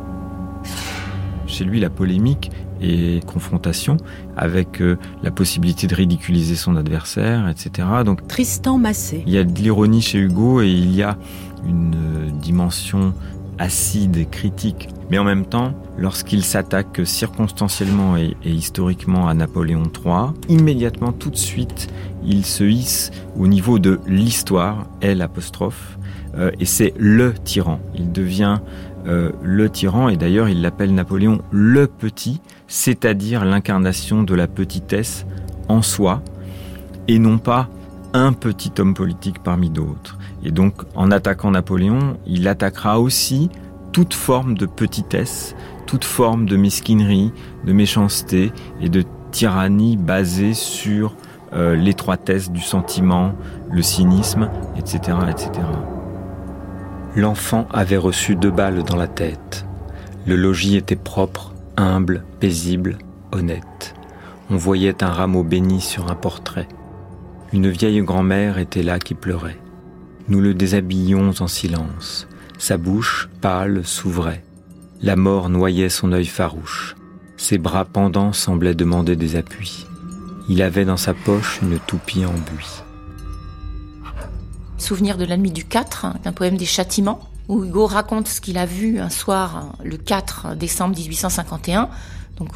Chez lui, la polémique et confrontation avec la possibilité de ridiculiser son adversaire, etc. Donc, Tristan Massé. Il y a de l'ironie chez Hugo et il y a une dimension acide et critique. Mais en même temps, lorsqu'il s'attaque circonstanciellement et historiquement à Napoléon III, immédiatement, tout de suite, il se hisse au niveau de l'histoire, L', et c'est le tyran. Il devient le tyran, et d'ailleurs il l'appelle Napoléon le petit, c'est-à-dire l'incarnation de la petitesse en soi, et non pas un petit homme politique parmi d'autres. Et donc, en attaquant Napoléon, il attaquera aussi toute forme de petitesse, toute forme de mesquinerie, de méchanceté et de tyrannie basée sur l'étroitesse du sentiment, le cynisme, etc., etc. L'enfant avait reçu 2 balles dans la tête. Le logis était propre, humble, paisible, honnête. On voyait un rameau béni sur un portrait. Une vieille grand-mère était là qui pleurait. Nous le déshabillions en silence. Sa bouche, pâle, s'ouvrait. La mort noyait son œil farouche. Ses bras pendants semblaient demander des appuis. Il avait dans sa poche une toupie en buis. Souvenir de la nuit du 4, d'un poème des Châtiments, où Hugo raconte ce qu'il a vu un soir, le 4 décembre 1851, donc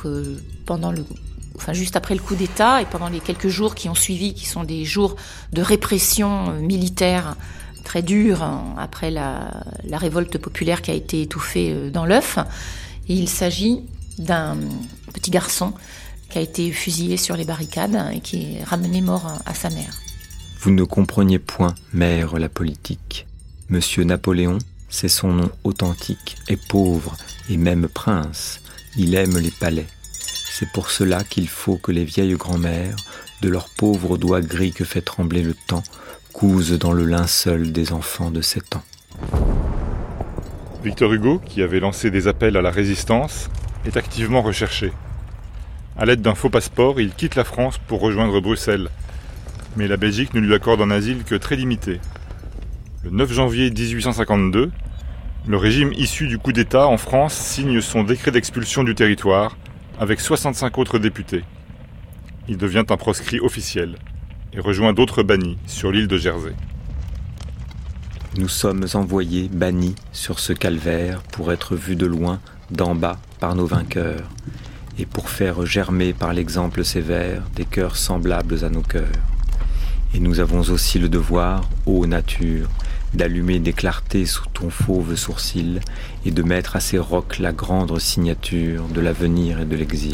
juste après le coup d'État et pendant les quelques jours qui ont suivi, qui sont des jours de répression militaire très dure après la révolte populaire qui a été étouffée dans l'œuf. Et il s'agit d'un petit garçon qui a été fusillé sur les barricades et qui est ramené mort à sa mère. Vous ne compreniez point, mère, la politique. Monsieur Napoléon, c'est son nom authentique, est pauvre et même prince. Il aime les palais. C'est pour cela qu'il faut que les vieilles grand-mères, de leurs pauvres doigts gris que fait trembler le temps, cousent dans le linceul des enfants de 7 ans. Victor Hugo, qui avait lancé des appels à la résistance, est activement recherché. À l'aide d'un faux passeport, il quitte la France pour rejoindre Bruxelles. Mais la Belgique ne lui accorde un asile que très limité. Le 9 janvier 1852, le régime issu du coup d'État en France signe son décret d'expulsion du territoire avec 65 autres députés. Il devient un proscrit officiel et rejoint d'autres bannis sur l'île de Jersey. Nous sommes envoyés, bannis, sur ce calvaire pour être vus de loin, d'en bas, par nos vainqueurs, et pour faire germer par l'exemple sévère des cœurs semblables à nos cœurs. Et nous avons aussi le devoir, ô nature, d'allumer des clartés sous ton fauve sourcil et de mettre à ces rocs la grande signature de l'avenir et de l'exil.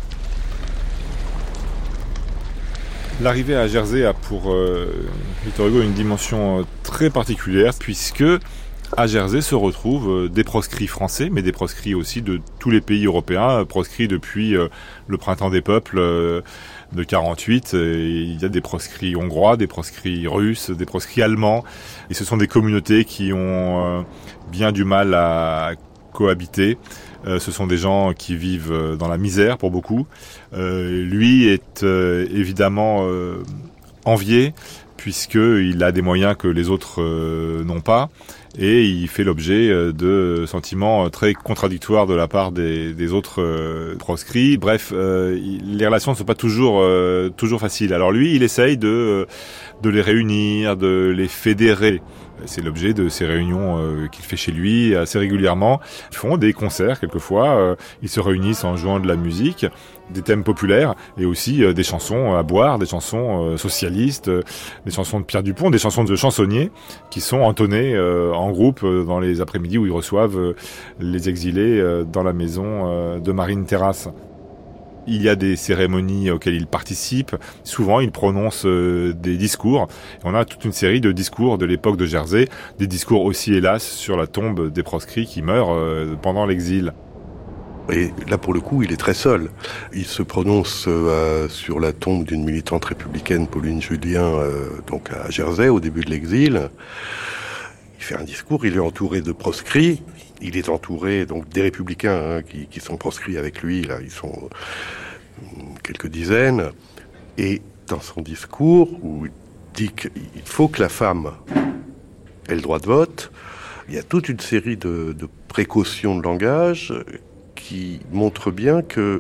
L'arrivée à Jersey a pour Victor Hugo une dimension très particulière puisque à Jersey se retrouvent des proscrits français, mais des proscrits aussi de tous les pays européens, proscrits depuis le printemps des peuples de 48. Il y a des proscrits hongrois, des proscrits russes, des proscrits allemands. Et ce sont des communautés qui ont bien du mal à cohabiter. Ce sont des gens qui vivent dans la misère pour beaucoup. Lui est évidemment envié puisqu'il a des moyens que les autres n'ont pas. Et il fait l'objet de sentiments très contradictoires de la part des autres proscrits. Bref, les relations ne sont pas toujours faciles. Alors lui, il essaye de les réunir, de les fédérer. C'est l'objet de ces réunions qu'il fait chez lui assez régulièrement. Ils font des concerts quelquefois, ils se réunissent en jouant de la musique, des thèmes populaires et aussi des chansons à boire, des chansons socialistes, des chansons de Pierre Dupont, des chansons de chansonniers qui sont entonnées en groupe dans les après-midi où ils reçoivent les exilés dans la maison de Marine Terrasse. Il y a des cérémonies auxquelles il participe. Souvent, il prononce des discours. On a toute une série de discours de l'époque de Jersey, des discours aussi, hélas, sur la tombe des proscrits qui meurent pendant l'exil. Et là, pour le coup, il est très seul. Il se prononce sur la tombe d'une militante républicaine, Pauline Julien, donc à Jersey, au début de l'exil. Il fait un discours, il est entouré de proscrits. Il est entouré donc des républicains qui sont proscrits avec lui. Là, ils sont quelques dizaines. Et dans son discours, où il dit qu'il faut que la femme et le droit de vote. Il y a toute une série de précautions de langage qui montrent bien que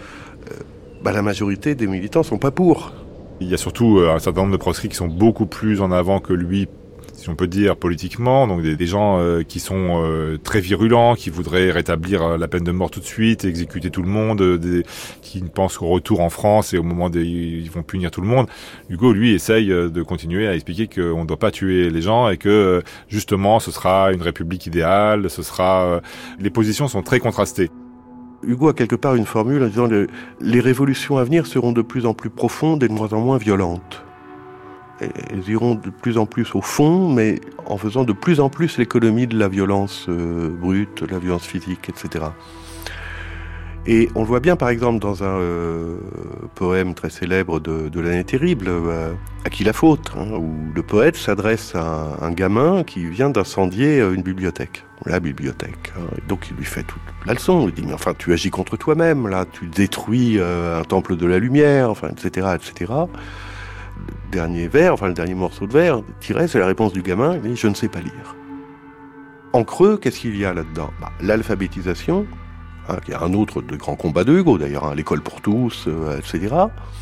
la majorité des militants ne sont pas pour. Il y a surtout un certain nombre de proscrits qui sont beaucoup plus en avant que lui, si on peut dire, politiquement. Donc des gens qui sont très virulents, qui voudraient rétablir la peine de mort tout de suite, exécuter tout le monde, qui ne pensent qu'au retour en France et au moment ils vont punir tout le monde. Hugo, lui, essaye de continuer à expliquer qu'on ne doit pas tuer les gens et que, justement, ce sera une république idéale, les positions sont très contrastées. Hugo a quelque part une formule en disant les révolutions à venir seront de plus en plus profondes et de moins en moins violentes. Elles iront de plus en plus au fond, mais en faisant de plus en plus l'économie de la violence brute, de la violence physique, etc. Et on le voit bien, par exemple, dans un poème très célèbre de l'année terrible, À qui la faute, où le poète s'adresse à un gamin qui vient d'incendier une bibliothèque. La bibliothèque. Donc il lui fait toute la leçon. Il dit, mais enfin, tu agis contre toi-même, là, tu détruis un temple de la lumière, enfin, etc., etc. Le dernier vers, le dernier morceau de vers tiré, c'est la réponse du gamin, il dit, je ne sais pas lire. En creux, qu'est-ce qu'il y a là-dedans ? L'alphabétisation, qui est un autre de grands combats de Hugo, d'ailleurs, l'école pour tous, etc.,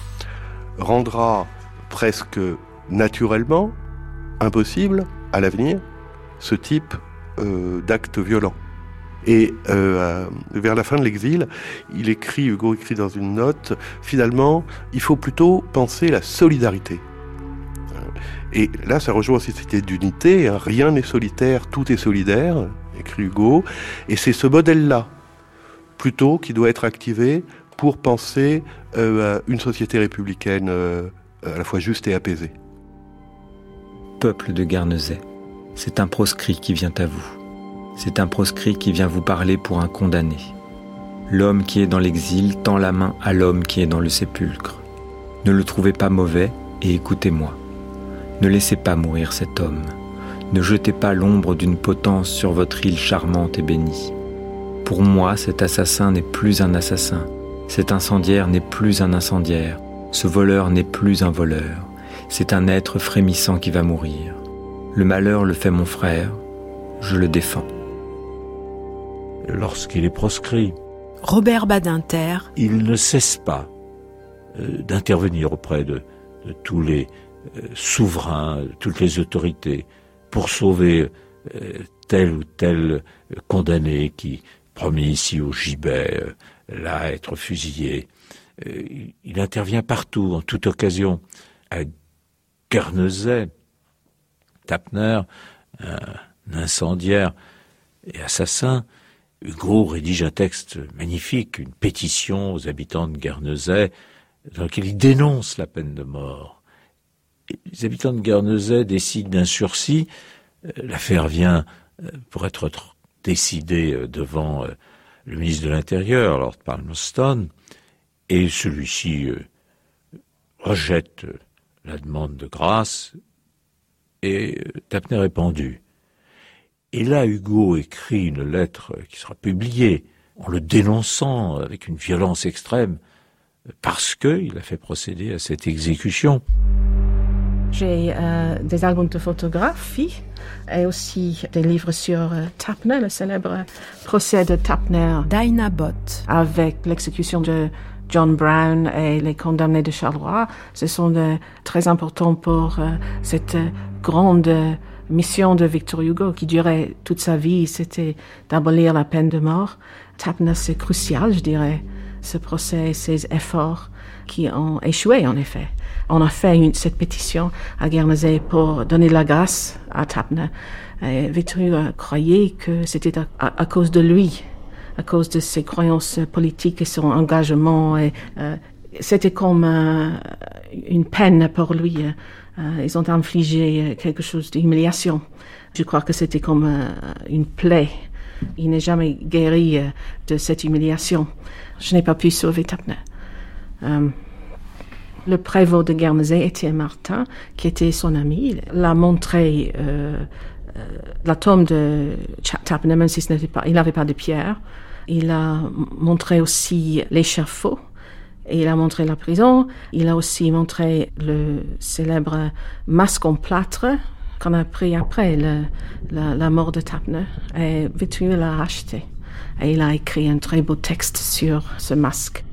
rendra presque naturellement impossible, à l'avenir, ce type d'actes violents. Et vers la fin de l'exil, Hugo écrit dans une note, finalement, il faut plutôt penser la solidarité. Et là, ça rejoint aussi cette idée d'unité, rien n'est solitaire, tout est solidaire, écrit Hugo, et c'est ce modèle-là, plutôt, qui doit être activé pour penser une société républicaine à la fois juste et apaisée. Peuple de Guernesey, c'est un proscrit qui vient à vous. C'est un proscrit qui vient vous parler pour un condamné. L'homme qui est dans l'exil tend la main à l'homme qui est dans le sépulcre. Ne le trouvez pas mauvais et écoutez-moi. Ne laissez pas mourir cet homme. Ne jetez pas l'ombre d'une potence sur votre île charmante et bénie. Pour moi, cet assassin n'est plus un assassin. Cet incendiaire n'est plus un incendiaire. Ce voleur n'est plus un voleur. C'est un être frémissant qui va mourir. Le malheur le fait mon frère. Je le défends. Lorsqu'il est proscrit, Robert Badinter, il ne cesse pas d'intervenir auprès de tous les souverains, toutes les autorités, pour sauver tel ou tel condamné qui, promis ici au gibet, là à être fusillé. Il intervient partout, en toute occasion. À Guernesey, Tappner, un incendiaire et assassin, Hugo rédige un texte magnifique, une pétition aux habitants de Guernesey, dans lequel il dénonce la peine de mort. Et les habitants de Guernesey décident d'un sursis. L'affaire vient pour être décidée devant le ministre de l'Intérieur, Lord Palmerston, et celui-ci rejette la demande de grâce et Tappner est pendu. Et là, Hugo écrit une lettre qui sera publiée en le dénonçant avec une violence extrême parce qu'il a fait procéder à cette exécution. J'ai des albums de photographie et aussi des livres sur Tappner, le célèbre procès de Tappner. Dinah Bott. Avec l'exécution de John Brown et les condamnés de Charleroi. Ce sont très importants pour cette grande mission de Victor Hugo qui durait toute sa vie, c'était d'abolir la peine de mort. Tappner, c'est crucial, je dirais, ce procès, ces efforts qui ont échoué, en effet. On a fait cette pétition à Guernesey pour donner la grâce à Tappner. Et Victor Hugo croyait que c'était à cause de lui, à cause de ses croyances politiques et son engagement. Et, c'était comme une peine pour lui. Ils ont infligé quelque chose d'humiliation. Je crois que c'était comme une plaie. Il n'est jamais guéri de cette humiliation. Je n'ai pas pu sauver Tappner. Le prévôt de Guernesey, Étienne Martin, qui était son ami, l'a montré la tombe de Tappner, même si il n'avait pas de pierre. Il a montré aussi l'échafaud. Et il a montré la prison. Il a aussi montré le célèbre masque en plâtre qu'on a pris après la mort de Tapner. Et Vitruvier l'a acheté. Et il a écrit un très beau texte sur ce masque.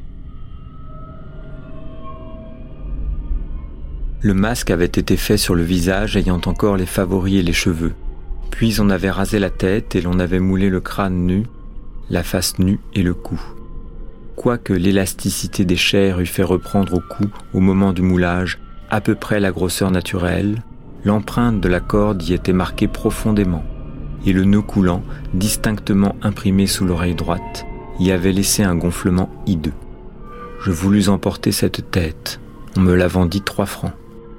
Le masque avait été fait sur le visage ayant encore les favoris et les cheveux. Puis on avait rasé la tête et l'on avait moulé le crâne nu, la face nue et le cou. Quoique l'élasticité des chairs eût fait reprendre au cou, au moment du moulage, à peu près la grosseur naturelle, l'empreinte de la corde y était marquée profondément, et le nœud coulant, distinctement imprimé sous l'oreille droite, y avait laissé un gonflement hideux. Je voulus emporter cette tête. On me la vendit 3 francs.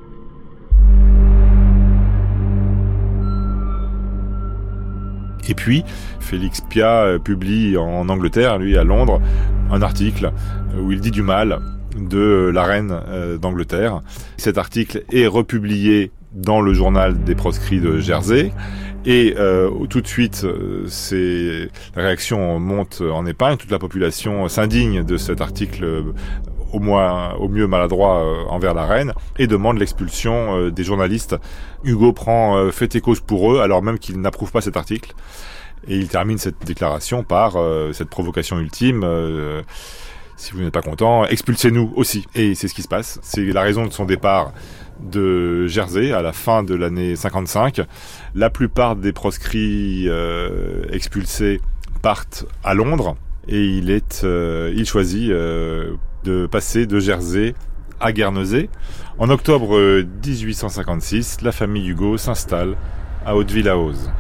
Et puis, Félix Piat publie en Angleterre, lui à Londres, un article où il dit du mal de la reine d'Angleterre. Cet article est republié dans le journal des proscrits de Jersey. Et tout de suite, la réaction monte en épingle. Toute la population s'indigne de cet article au mieux maladroit envers la reine et demande l'expulsion des journalistes. Hugo prend fait et cause pour eux, alors même qu'il n'approuve pas cet article. Et il termine cette déclaration par cette provocation ultime. Si vous n'êtes pas content, expulsez-nous aussi. Et c'est ce qui se passe. C'est la raison de son départ de Jersey à la fin de l'année 55. La plupart des proscrits expulsés partent à Londres et il choisit de passer de Jersey à Guernesey. En octobre 1856, la famille Hugo s'installe à Hauteville-la-Hauze.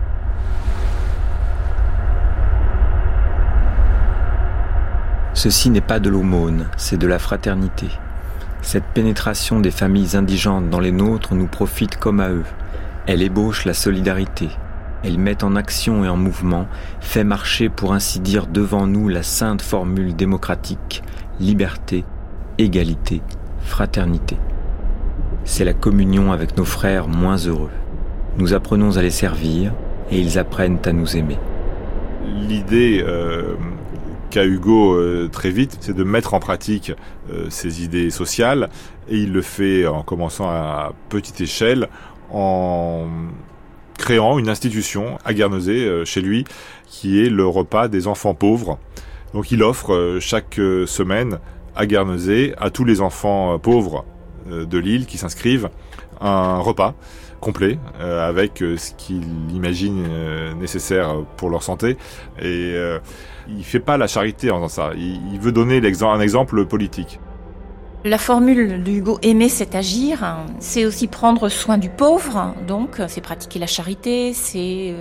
Ceci n'est pas de l'aumône, c'est de la fraternité. Cette pénétration des familles indigentes dans les nôtres nous profite comme à eux. Elle ébauche la solidarité. Elle met en action et en mouvement, fait marcher pour ainsi dire devant nous la sainte formule démocratique, liberté, égalité, fraternité. C'est la communion avec nos frères moins heureux. Nous apprenons à les servir et ils apprennent à nous aimer. L'idée qu'a Hugo très vite, c'est de mettre en pratique ses idées sociales, et il le fait en commençant à petite échelle, en créant une institution à Guernesey, chez lui, qui est le repas des enfants pauvres. Donc il offre chaque semaine à Guernesey, à tous les enfants pauvres de l'île qui s'inscrivent, un repas complet avec ce qu'il imagine nécessaire pour leur santé. Et il fait pas la charité en faisant ça. Il veut donner un exemple politique. La formule de Hugo « aimer, c'est agir », c'est aussi prendre soin du pauvre, donc c'est pratiquer la charité, c'est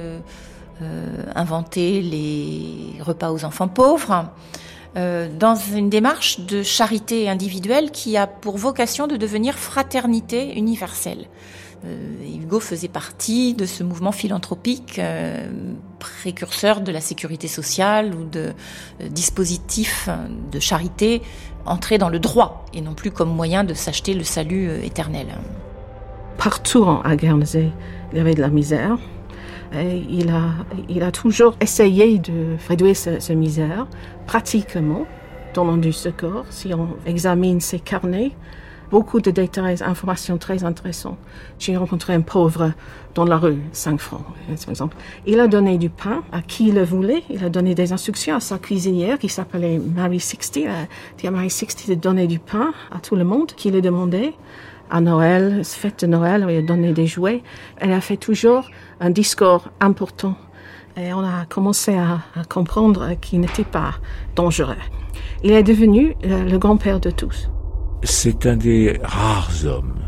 inventer les repas aux enfants pauvres, dans une démarche de charité individuelle qui a pour vocation de devenir fraternité universelle. Hugo faisait partie de ce mouvement philanthropique précurseur de la sécurité sociale ou de dispositifs de charité entrés dans le droit et non plus comme moyen de s'acheter le salut éternel. Partout à Guernesey, il y avait de la misère. Et il a toujours essayé de réduire cette misère, pratiquement, donnant du secours. Si on examine ses carnets, beaucoup de détails, informations très intéressantes. J'ai rencontré un pauvre dans la rue, 5 francs, par exemple. Il a donné du pain à qui il le voulait. Il a donné des instructions à sa cuisinière qui s'appelait Mary Sixty. Il a dit à Mary Sixty de donner du pain à tout le monde qui le demandait. À Noël, fête de Noël, il a donné des jouets. Elle a fait toujours un discours important. Et on a commencé à comprendre qu'il n'était pas dangereux. Il est devenu le grand-père de tous. C'est un des rares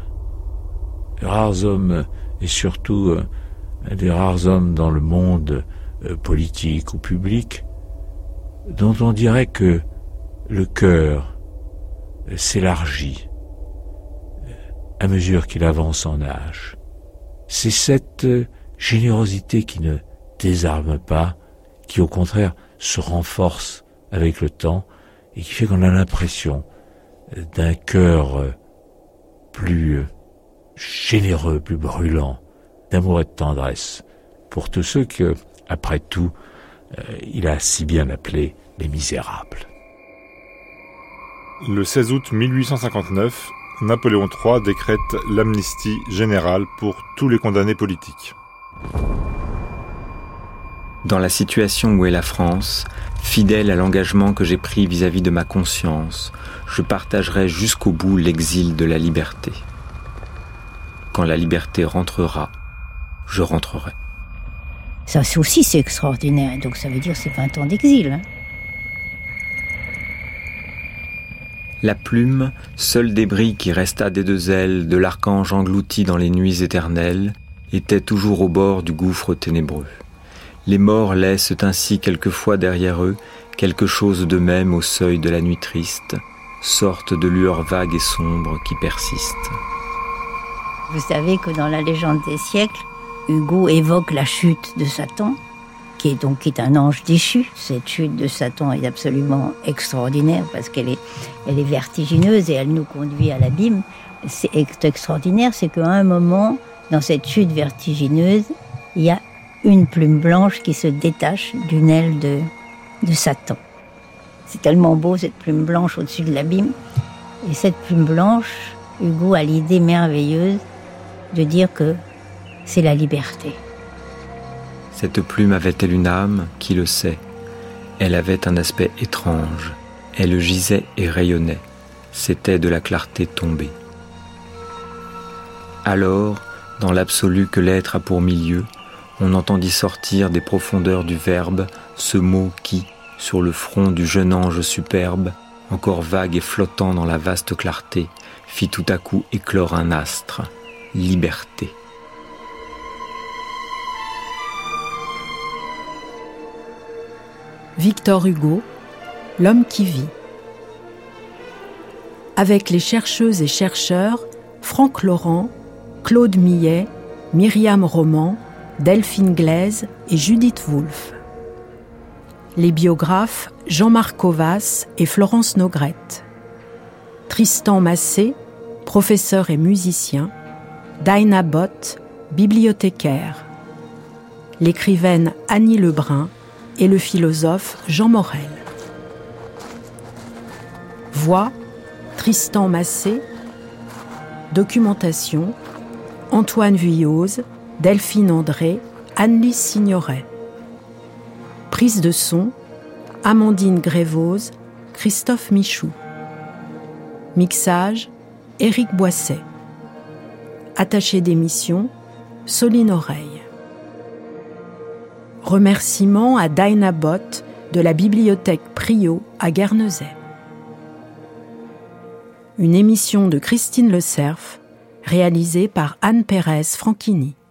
hommes et surtout un des rares hommes dans le monde politique ou public dont on dirait que le cœur s'élargit à mesure qu'il avance en âge. C'est cette générosité qui ne désarme pas, qui au contraire se renforce avec le temps et qui fait qu'on a l'impression d'un cœur plus généreux, plus brûlant, d'amour et de tendresse pour tous ceux que, après tout, il a si bien appelés les misérables. Le 16 août 1859 Napoléon III décrète l'amnistie générale pour tous les condamnés politiques. Dans la situation où est la France, fidèle à l'engagement que j'ai pris vis-à-vis de ma conscience, je partagerai jusqu'au bout l'exil de la liberté. Quand la liberté rentrera, je rentrerai. Ça aussi, c'est extraordinaire. Donc ça veut dire c'est 20 ans d'exil. La plume, seul débris qui resta des deux ailes de l'archange englouti dans les nuits éternelles, était toujours au bord du gouffre ténébreux. Les morts laissent ainsi quelquefois derrière eux quelque chose d'eux-mêmes au seuil de la nuit triste, sorte de lueur vague et sombre qui persiste. Vous savez que dans la légende des siècles, Hugo évoque la chute de Satan, qui est un ange déchu. Cette chute de Satan est absolument extraordinaire parce qu'elle est vertigineuse et elle nous conduit à l'abîme. C'est extraordinaire, c'est qu'à un moment, dans cette chute vertigineuse, il y a une plume blanche qui se détache d'une aile de Satan. C'est tellement beau, cette plume blanche au-dessus de l'abîme. Et cette plume blanche, Hugo a l'idée merveilleuse de dire que c'est la liberté. Cette plume avait-elle une âme? Qui le sait? Elle avait un aspect étrange. Elle gisait et rayonnait. C'était de la clarté tombée. Alors, dans l'absolu que l'être a pour milieu, on entendit sortir des profondeurs du Verbe ce mot qui, sur le front du jeune ange superbe, encore vague et flottant dans la vaste clarté, fit tout à coup éclore un astre, liberté. Victor Hugo, L'homme qui vit. Avec les chercheuses et chercheurs Franck Laurent, Claude Millet, Myriam Roman, Delphine Glaise et Judith Woolf. Les biographes Jean-Marc Covas et Florence Nogrette. Tristan Massé, professeur et musicien. Dinah Bott, bibliothécaire. L'écrivaine Annie Lebrun et le philosophe Jean Morel. Voix, Tristan Massé. Documentation, Antoine Vuillauze, Delphine André, Anne-Lise Signoret. Prise de son, Amandine Grévoz, Christophe Michou. Mixage, Éric Boisset. Attaché d'émission, Soline Oreille. Remerciements à Dinah Bott de la bibliothèque Priot à Guernesey. Une émission de Christine Le Cerf, réalisée par Anne-Pérèse Franchini.